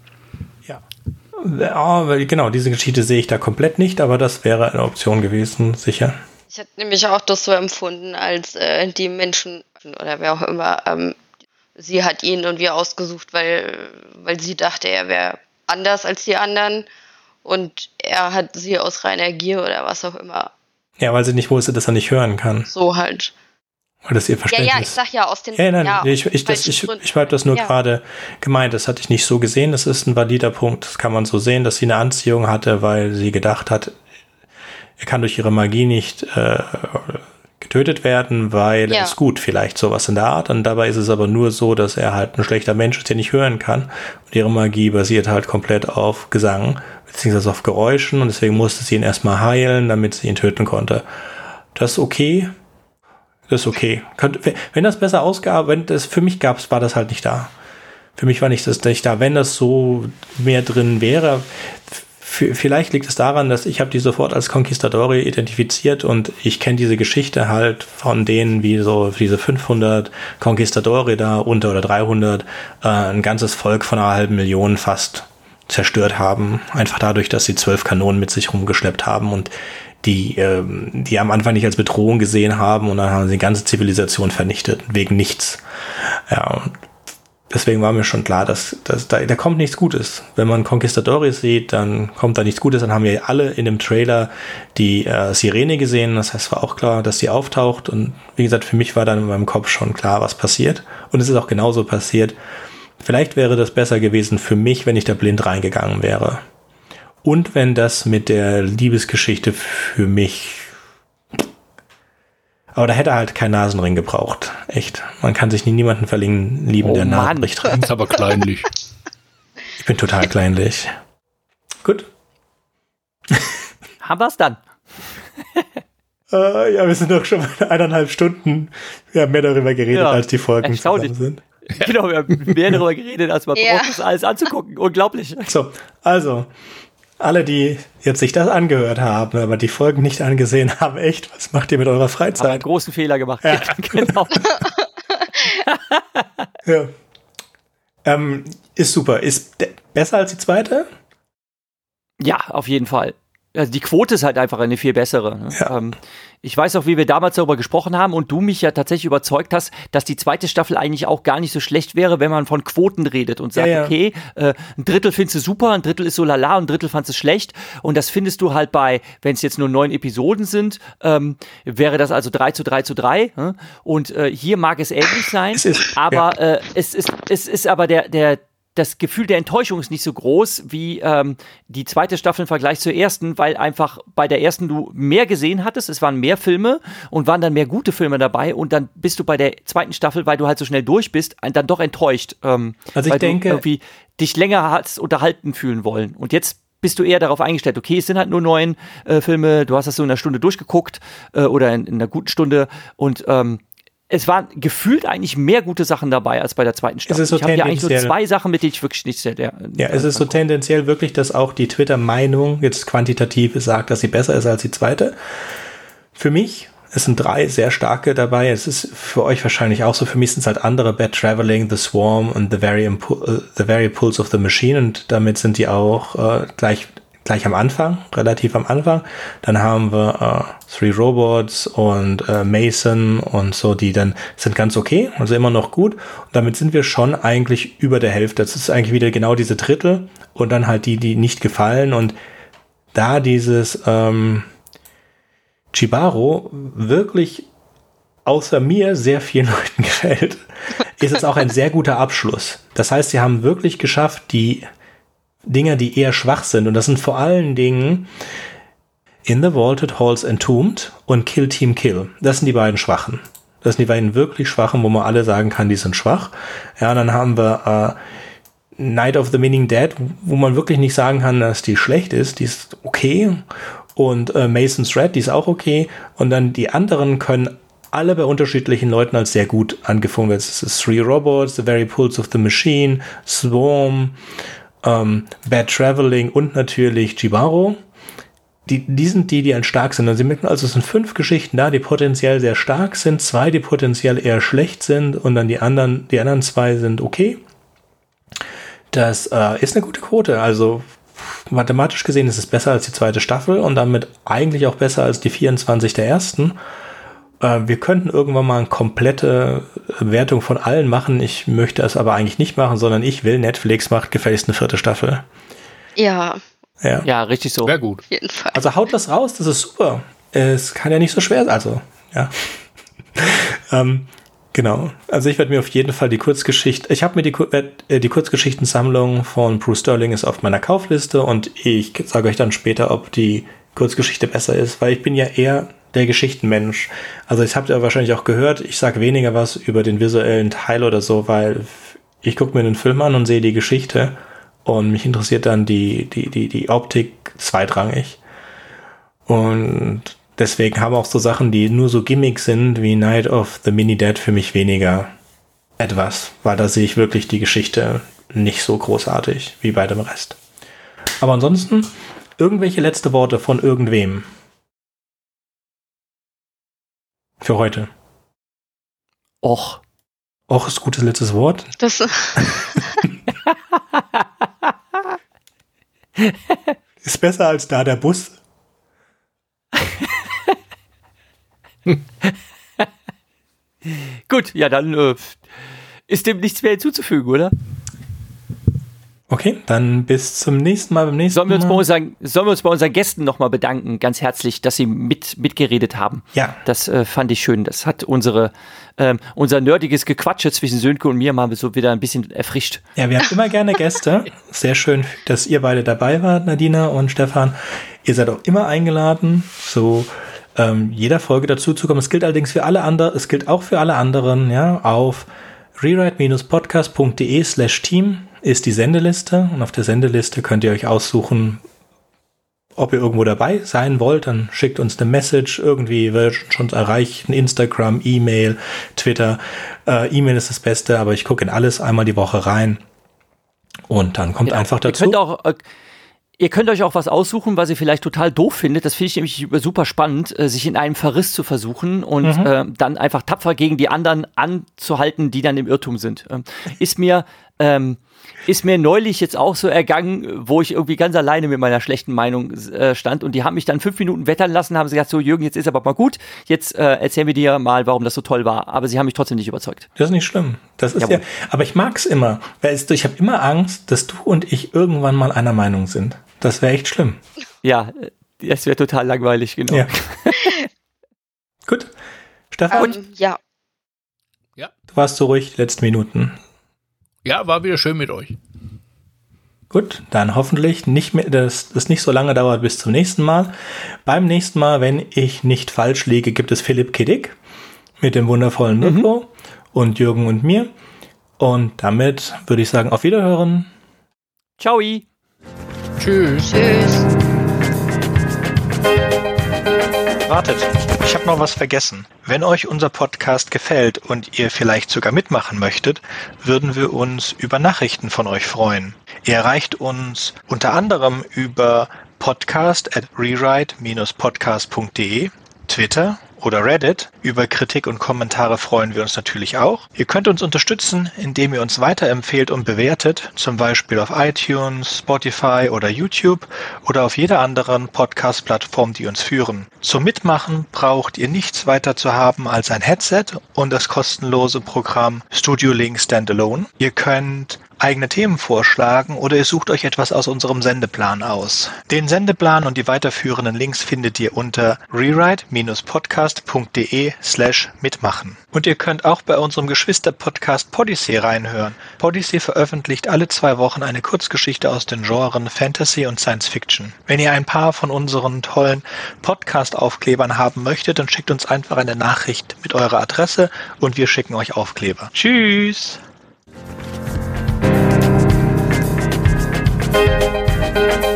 Ja, genau, diese Geschichte sehe ich da komplett nicht, aber das wäre eine Option gewesen, sicher. Ich hätte nämlich auch das so empfunden, als die Menschen oder wer auch immer, sie hat ihn irgendwie ausgesucht, weil sie dachte, er wäre anders als die anderen, und er hat sie aus reiner Gier oder was auch immer. Ja, weil sie nicht wusste, dass er nicht hören kann. So halt. Weil das ihr Verständnis. Ja, ich sag ja aus den... Ich habe das nur gerade gemeint, das hatte ich nicht so gesehen, das ist ein valider Punkt, das kann man so sehen, dass sie eine Anziehung hatte, weil sie gedacht hat, er kann durch ihre Magie nicht getötet werden, weil er ist gut, vielleicht sowas in der Art, und dabei ist es aber nur so, dass er halt ein schlechter Mensch ist, der nicht hören kann, und ihre Magie basiert halt komplett auf Gesang, beziehungsweise auf Geräuschen, und deswegen musste sie ihn erstmal heilen, damit sie ihn töten konnte. Das ist okay. Das ist okay. Wenn das besser ausgearbeitet, für mich war das halt nicht da. Für mich war nicht da. Wenn das so mehr drin wäre, vielleicht liegt es daran, dass ich habe die sofort als Conquistadore identifiziert, und ich kenne diese Geschichte halt von denen, wie so diese 500 Conquistadore da oder 300 ein ganzes Volk von 500.000 fast zerstört haben. Einfach dadurch, dass sie 12 Kanonen mit sich rumgeschleppt haben und die am Anfang nicht als Bedrohung gesehen haben, und dann haben sie die ganze Zivilisation vernichtet, wegen nichts. Ja, und deswegen war mir schon klar, dass da kommt nichts Gutes. Wenn man Conquistadores sieht, dann kommt da nichts Gutes. Dann haben wir alle in dem Trailer die Sirene gesehen. Das heißt, war auch klar, dass die auftaucht. Und wie gesagt, für mich war dann in meinem Kopf schon klar, was passiert. Und es ist auch genauso passiert. Vielleicht wäre das besser gewesen für mich, wenn ich da blind reingegangen wäre. Und wenn das mit der Liebesgeschichte für mich... Aber da hätte er halt keinen Nasenring gebraucht. Echt. Man kann sich niemanden lieben, der Nasen bricht rein. Ist aber kleinlich. Ich bin total kleinlich. Gut. Haben wir es dann? Ja, wir sind doch schon bei 1,5 Stunden. Wir haben mehr darüber geredet, als die Folgen zusammen sind. Genau, wir haben mehr darüber geredet, als man braucht, das alles anzugucken. Unglaublich. So, also... Alle, die jetzt sich das angehört haben, aber die Folgen nicht angesehen haben, echt, was macht ihr mit eurer Freizeit? Haben einen großen Fehler gemacht. Ja. Genau. Ja. Ist super. Ist besser als die zweite? Ja, auf jeden Fall. Also die Quote ist halt einfach eine viel bessere. Ne? Ja. Ich weiß auch, wie wir damals darüber gesprochen haben und du mich ja tatsächlich überzeugt hast, dass die zweite Staffel eigentlich auch gar nicht so schlecht wäre, wenn man von Quoten redet und sagt, okay, ein Drittel findest du super, ein Drittel ist so lala und ein Drittel fandst du schlecht. Und das findest du halt wenn es jetzt nur 9 Episoden sind, wäre das also 3:3:3. Und hier mag es ähnlich sein, aber es ist aber das Gefühl der Enttäuschung ist nicht so groß wie die zweite Staffel im Vergleich zur ersten, weil einfach bei der ersten du mehr gesehen hattest, es waren mehr Filme und waren dann mehr gute Filme dabei, und dann bist du bei der zweiten Staffel, weil du halt so schnell durch bist, dann doch enttäuscht. Also ich denke, du irgendwie dich länger hast unterhalten fühlen wollen. Und jetzt bist du eher darauf eingestellt, okay, es sind halt nur 9 Filme, du hast das so in einer Stunde durchgeguckt oder in einer guten Stunde, und es waren gefühlt eigentlich mehr gute Sachen dabei als bei der zweiten Staffel. So ich habe ja eigentlich nur 2 Sachen, mit denen ich wirklich nichts es ist so tendenziell wirklich, dass auch die Twitter-Meinung jetzt quantitativ sagt, dass sie besser ist als die zweite. Für mich, es sind 3 sehr starke dabei. Es ist für euch wahrscheinlich auch so. Für mich sind es halt andere: Bad Traveling, The Swarm und The Very Pulse of the Machine. Und damit sind die auch gleich am Anfang, relativ am Anfang. Dann haben wir Three Robots und Mason und so, die dann sind ganz okay, also immer noch gut. Und damit sind wir schon eigentlich über der Hälfte. Das ist eigentlich wieder genau diese Drittel und dann halt die nicht gefallen. Und da dieses Chibaro wirklich außer mir sehr vielen Leuten gefällt, ist es auch ein sehr guter Abschluss. Das heißt, sie haben wirklich geschafft, die Dinger, die eher schwach sind, und das sind vor allen Dingen In the Vaulted Halls Entombed und Kill Team Kill. Das sind die beiden Schwachen. Das sind die beiden wirklich Schwachen, wo man alle sagen kann, die sind schwach. Ja, dann haben wir Night of the Meaning Dead, wo man wirklich nicht sagen kann, dass die schlecht ist. Die ist okay. Und Mason's Thread, die ist auch okay. Und dann die anderen können alle bei unterschiedlichen Leuten als sehr gut angefangen werden. Es ist Three Robots, The Very Pulse of the Machine, Swarm, Bad Traveling und natürlich Chibaro. Die sind die halt stark sind. Und Sie merken also, es sind 5 Geschichten da, die potenziell sehr stark sind, 2, die potenziell eher schlecht sind, und dann die anderen 2 sind okay. Das ist eine gute Quote. Also mathematisch gesehen ist es besser als die zweite Staffel und damit eigentlich auch besser als die 24 der ersten. Wir könnten irgendwann mal eine komplette Wertung von allen machen. Ich möchte es aber eigentlich nicht machen, sondern ich will, Netflix macht gefälligst eine 4. Staffel. Ja. Ja, richtig so. Sehr gut. Auf jeden Fall. Also haut das raus, das ist super. Es kann ja nicht so schwer sein. Also, ja. Genau. Also ich werde mir auf jeden Fall die Kurzgeschichte, ich habe mir die Kurzgeschichtensammlung von Bruce Sterling ist auf meiner Kaufliste, und ich sage euch dann später, ob die Kurzgeschichte besser ist, weil ich bin ja eher der Geschichtenmensch. Also das habt ihr wahrscheinlich auch gehört, ich sage weniger was über den visuellen Teil oder so, weil ich gucke mir den Film an und sehe die Geschichte und mich interessiert dann die Optik zweitrangig. Und deswegen haben auch so Sachen, die nur so Gimmicks sind, wie Night of the Mini Dead, für mich weniger etwas, weil da sehe ich wirklich die Geschichte nicht so großartig wie bei dem Rest. Aber ansonsten, irgendwelche letzte Worte von irgendwem für heute? Och ist gutes letztes Wort. Das ist besser als da der Bus. Gut, ja, dann ist dem nichts mehr hinzuzufügen, oder? Okay, dann bis zum nächsten Mal. Sollen wir uns bei unseren Gästen nochmal bedanken, ganz herzlich, dass sie mitgeredet haben. Ja. Das fand ich schön. Das hat unser nerdiges Gequatsche zwischen Sönke und mir mal so wieder ein bisschen erfrischt. Ja, wir haben immer gerne Gäste. Sehr schön, dass ihr beide dabei wart, Nadina und Stefan. Ihr seid auch immer eingeladen, so jeder Folge dazu zu kommen. Es gilt allerdings für alle anderen, es gilt auch für alle anderen, ja, auf rewrite-podcast.de/team ist die Sendeliste, und auf der Sendeliste könnt ihr euch aussuchen, ob ihr irgendwo dabei sein wollt. Dann schickt uns eine Message, irgendwie wird schon erreichen, Instagram, E-Mail, Twitter. E-Mail ist das Beste, aber ich gucke in alles einmal die Woche rein und dann kommt einfach dazu. Ihr könnt euch auch was aussuchen, was ihr vielleicht total doof findet. Das finde ich nämlich super spannend, sich in einem Verriss zu versuchen und dann einfach tapfer gegen die anderen anzuhalten, die dann im Irrtum sind. Ist mir neulich jetzt auch so ergangen, wo ich irgendwie ganz alleine mit meiner schlechten Meinung stand, und die haben mich dann 5 Minuten wettern lassen, haben sie gesagt, so Jürgen, jetzt ist aber mal gut, jetzt erzählen wir dir mal, warum das so toll war. Aber sie haben mich trotzdem nicht überzeugt. Das ist nicht schlimm. Das ist ja, aber ich mag's immer, weil ich habe immer Angst, dass du und ich irgendwann mal einer Meinung sind. Das wäre echt schlimm. Ja, das wäre total langweilig, genau. Ja. Gut. Stefan? Ja. Du warst so ruhig die letzten Minuten. Ja, war wieder schön mit euch. Gut, dann hoffentlich nicht mehr, dass es nicht so lange dauert bis zum nächsten Mal. Beim nächsten Mal, wenn ich nicht falsch liege, gibt es Philipp Kiddick mit dem wundervollen Mirko und Jürgen und mir. Und damit würde ich sagen, auf Wiederhören. Ciao. Tschüss. Tschüss. Wartet, ich habe noch was vergessen. Wenn euch unser Podcast gefällt und ihr vielleicht sogar mitmachen möchtet, würden wir uns über Nachrichten von euch freuen. Ihr erreicht uns unter anderem über podcast@rewrite-podcast.de, Twitter oder Reddit. Über Kritik und Kommentare freuen wir uns natürlich auch. Ihr könnt uns unterstützen, indem ihr uns weiterempfehlt und bewertet, zum Beispiel auf iTunes, Spotify oder YouTube oder auf jeder anderen Podcast-Plattform, die uns führen. Zum Mitmachen braucht ihr nichts weiter zu haben als ein Headset und das kostenlose Programm Studio Link Standalone. Ihr könnt eigene Themen vorschlagen oder ihr sucht euch etwas aus unserem Sendeplan aus. Den Sendeplan und die weiterführenden Links findet ihr unter rewrite-podcast.de/mitmachen. Und ihr könnt auch bei unserem Geschwister-Podcast Podyssey reinhören. Podyssey veröffentlicht alle 2 Wochen eine Kurzgeschichte aus den Genren Fantasy und Science Fiction. Wenn ihr ein paar von unseren tollen Podcast-Aufklebern haben möchtet, dann schickt uns einfach eine Nachricht mit eurer Adresse und wir schicken euch Aufkleber. Tschüss! Thank you.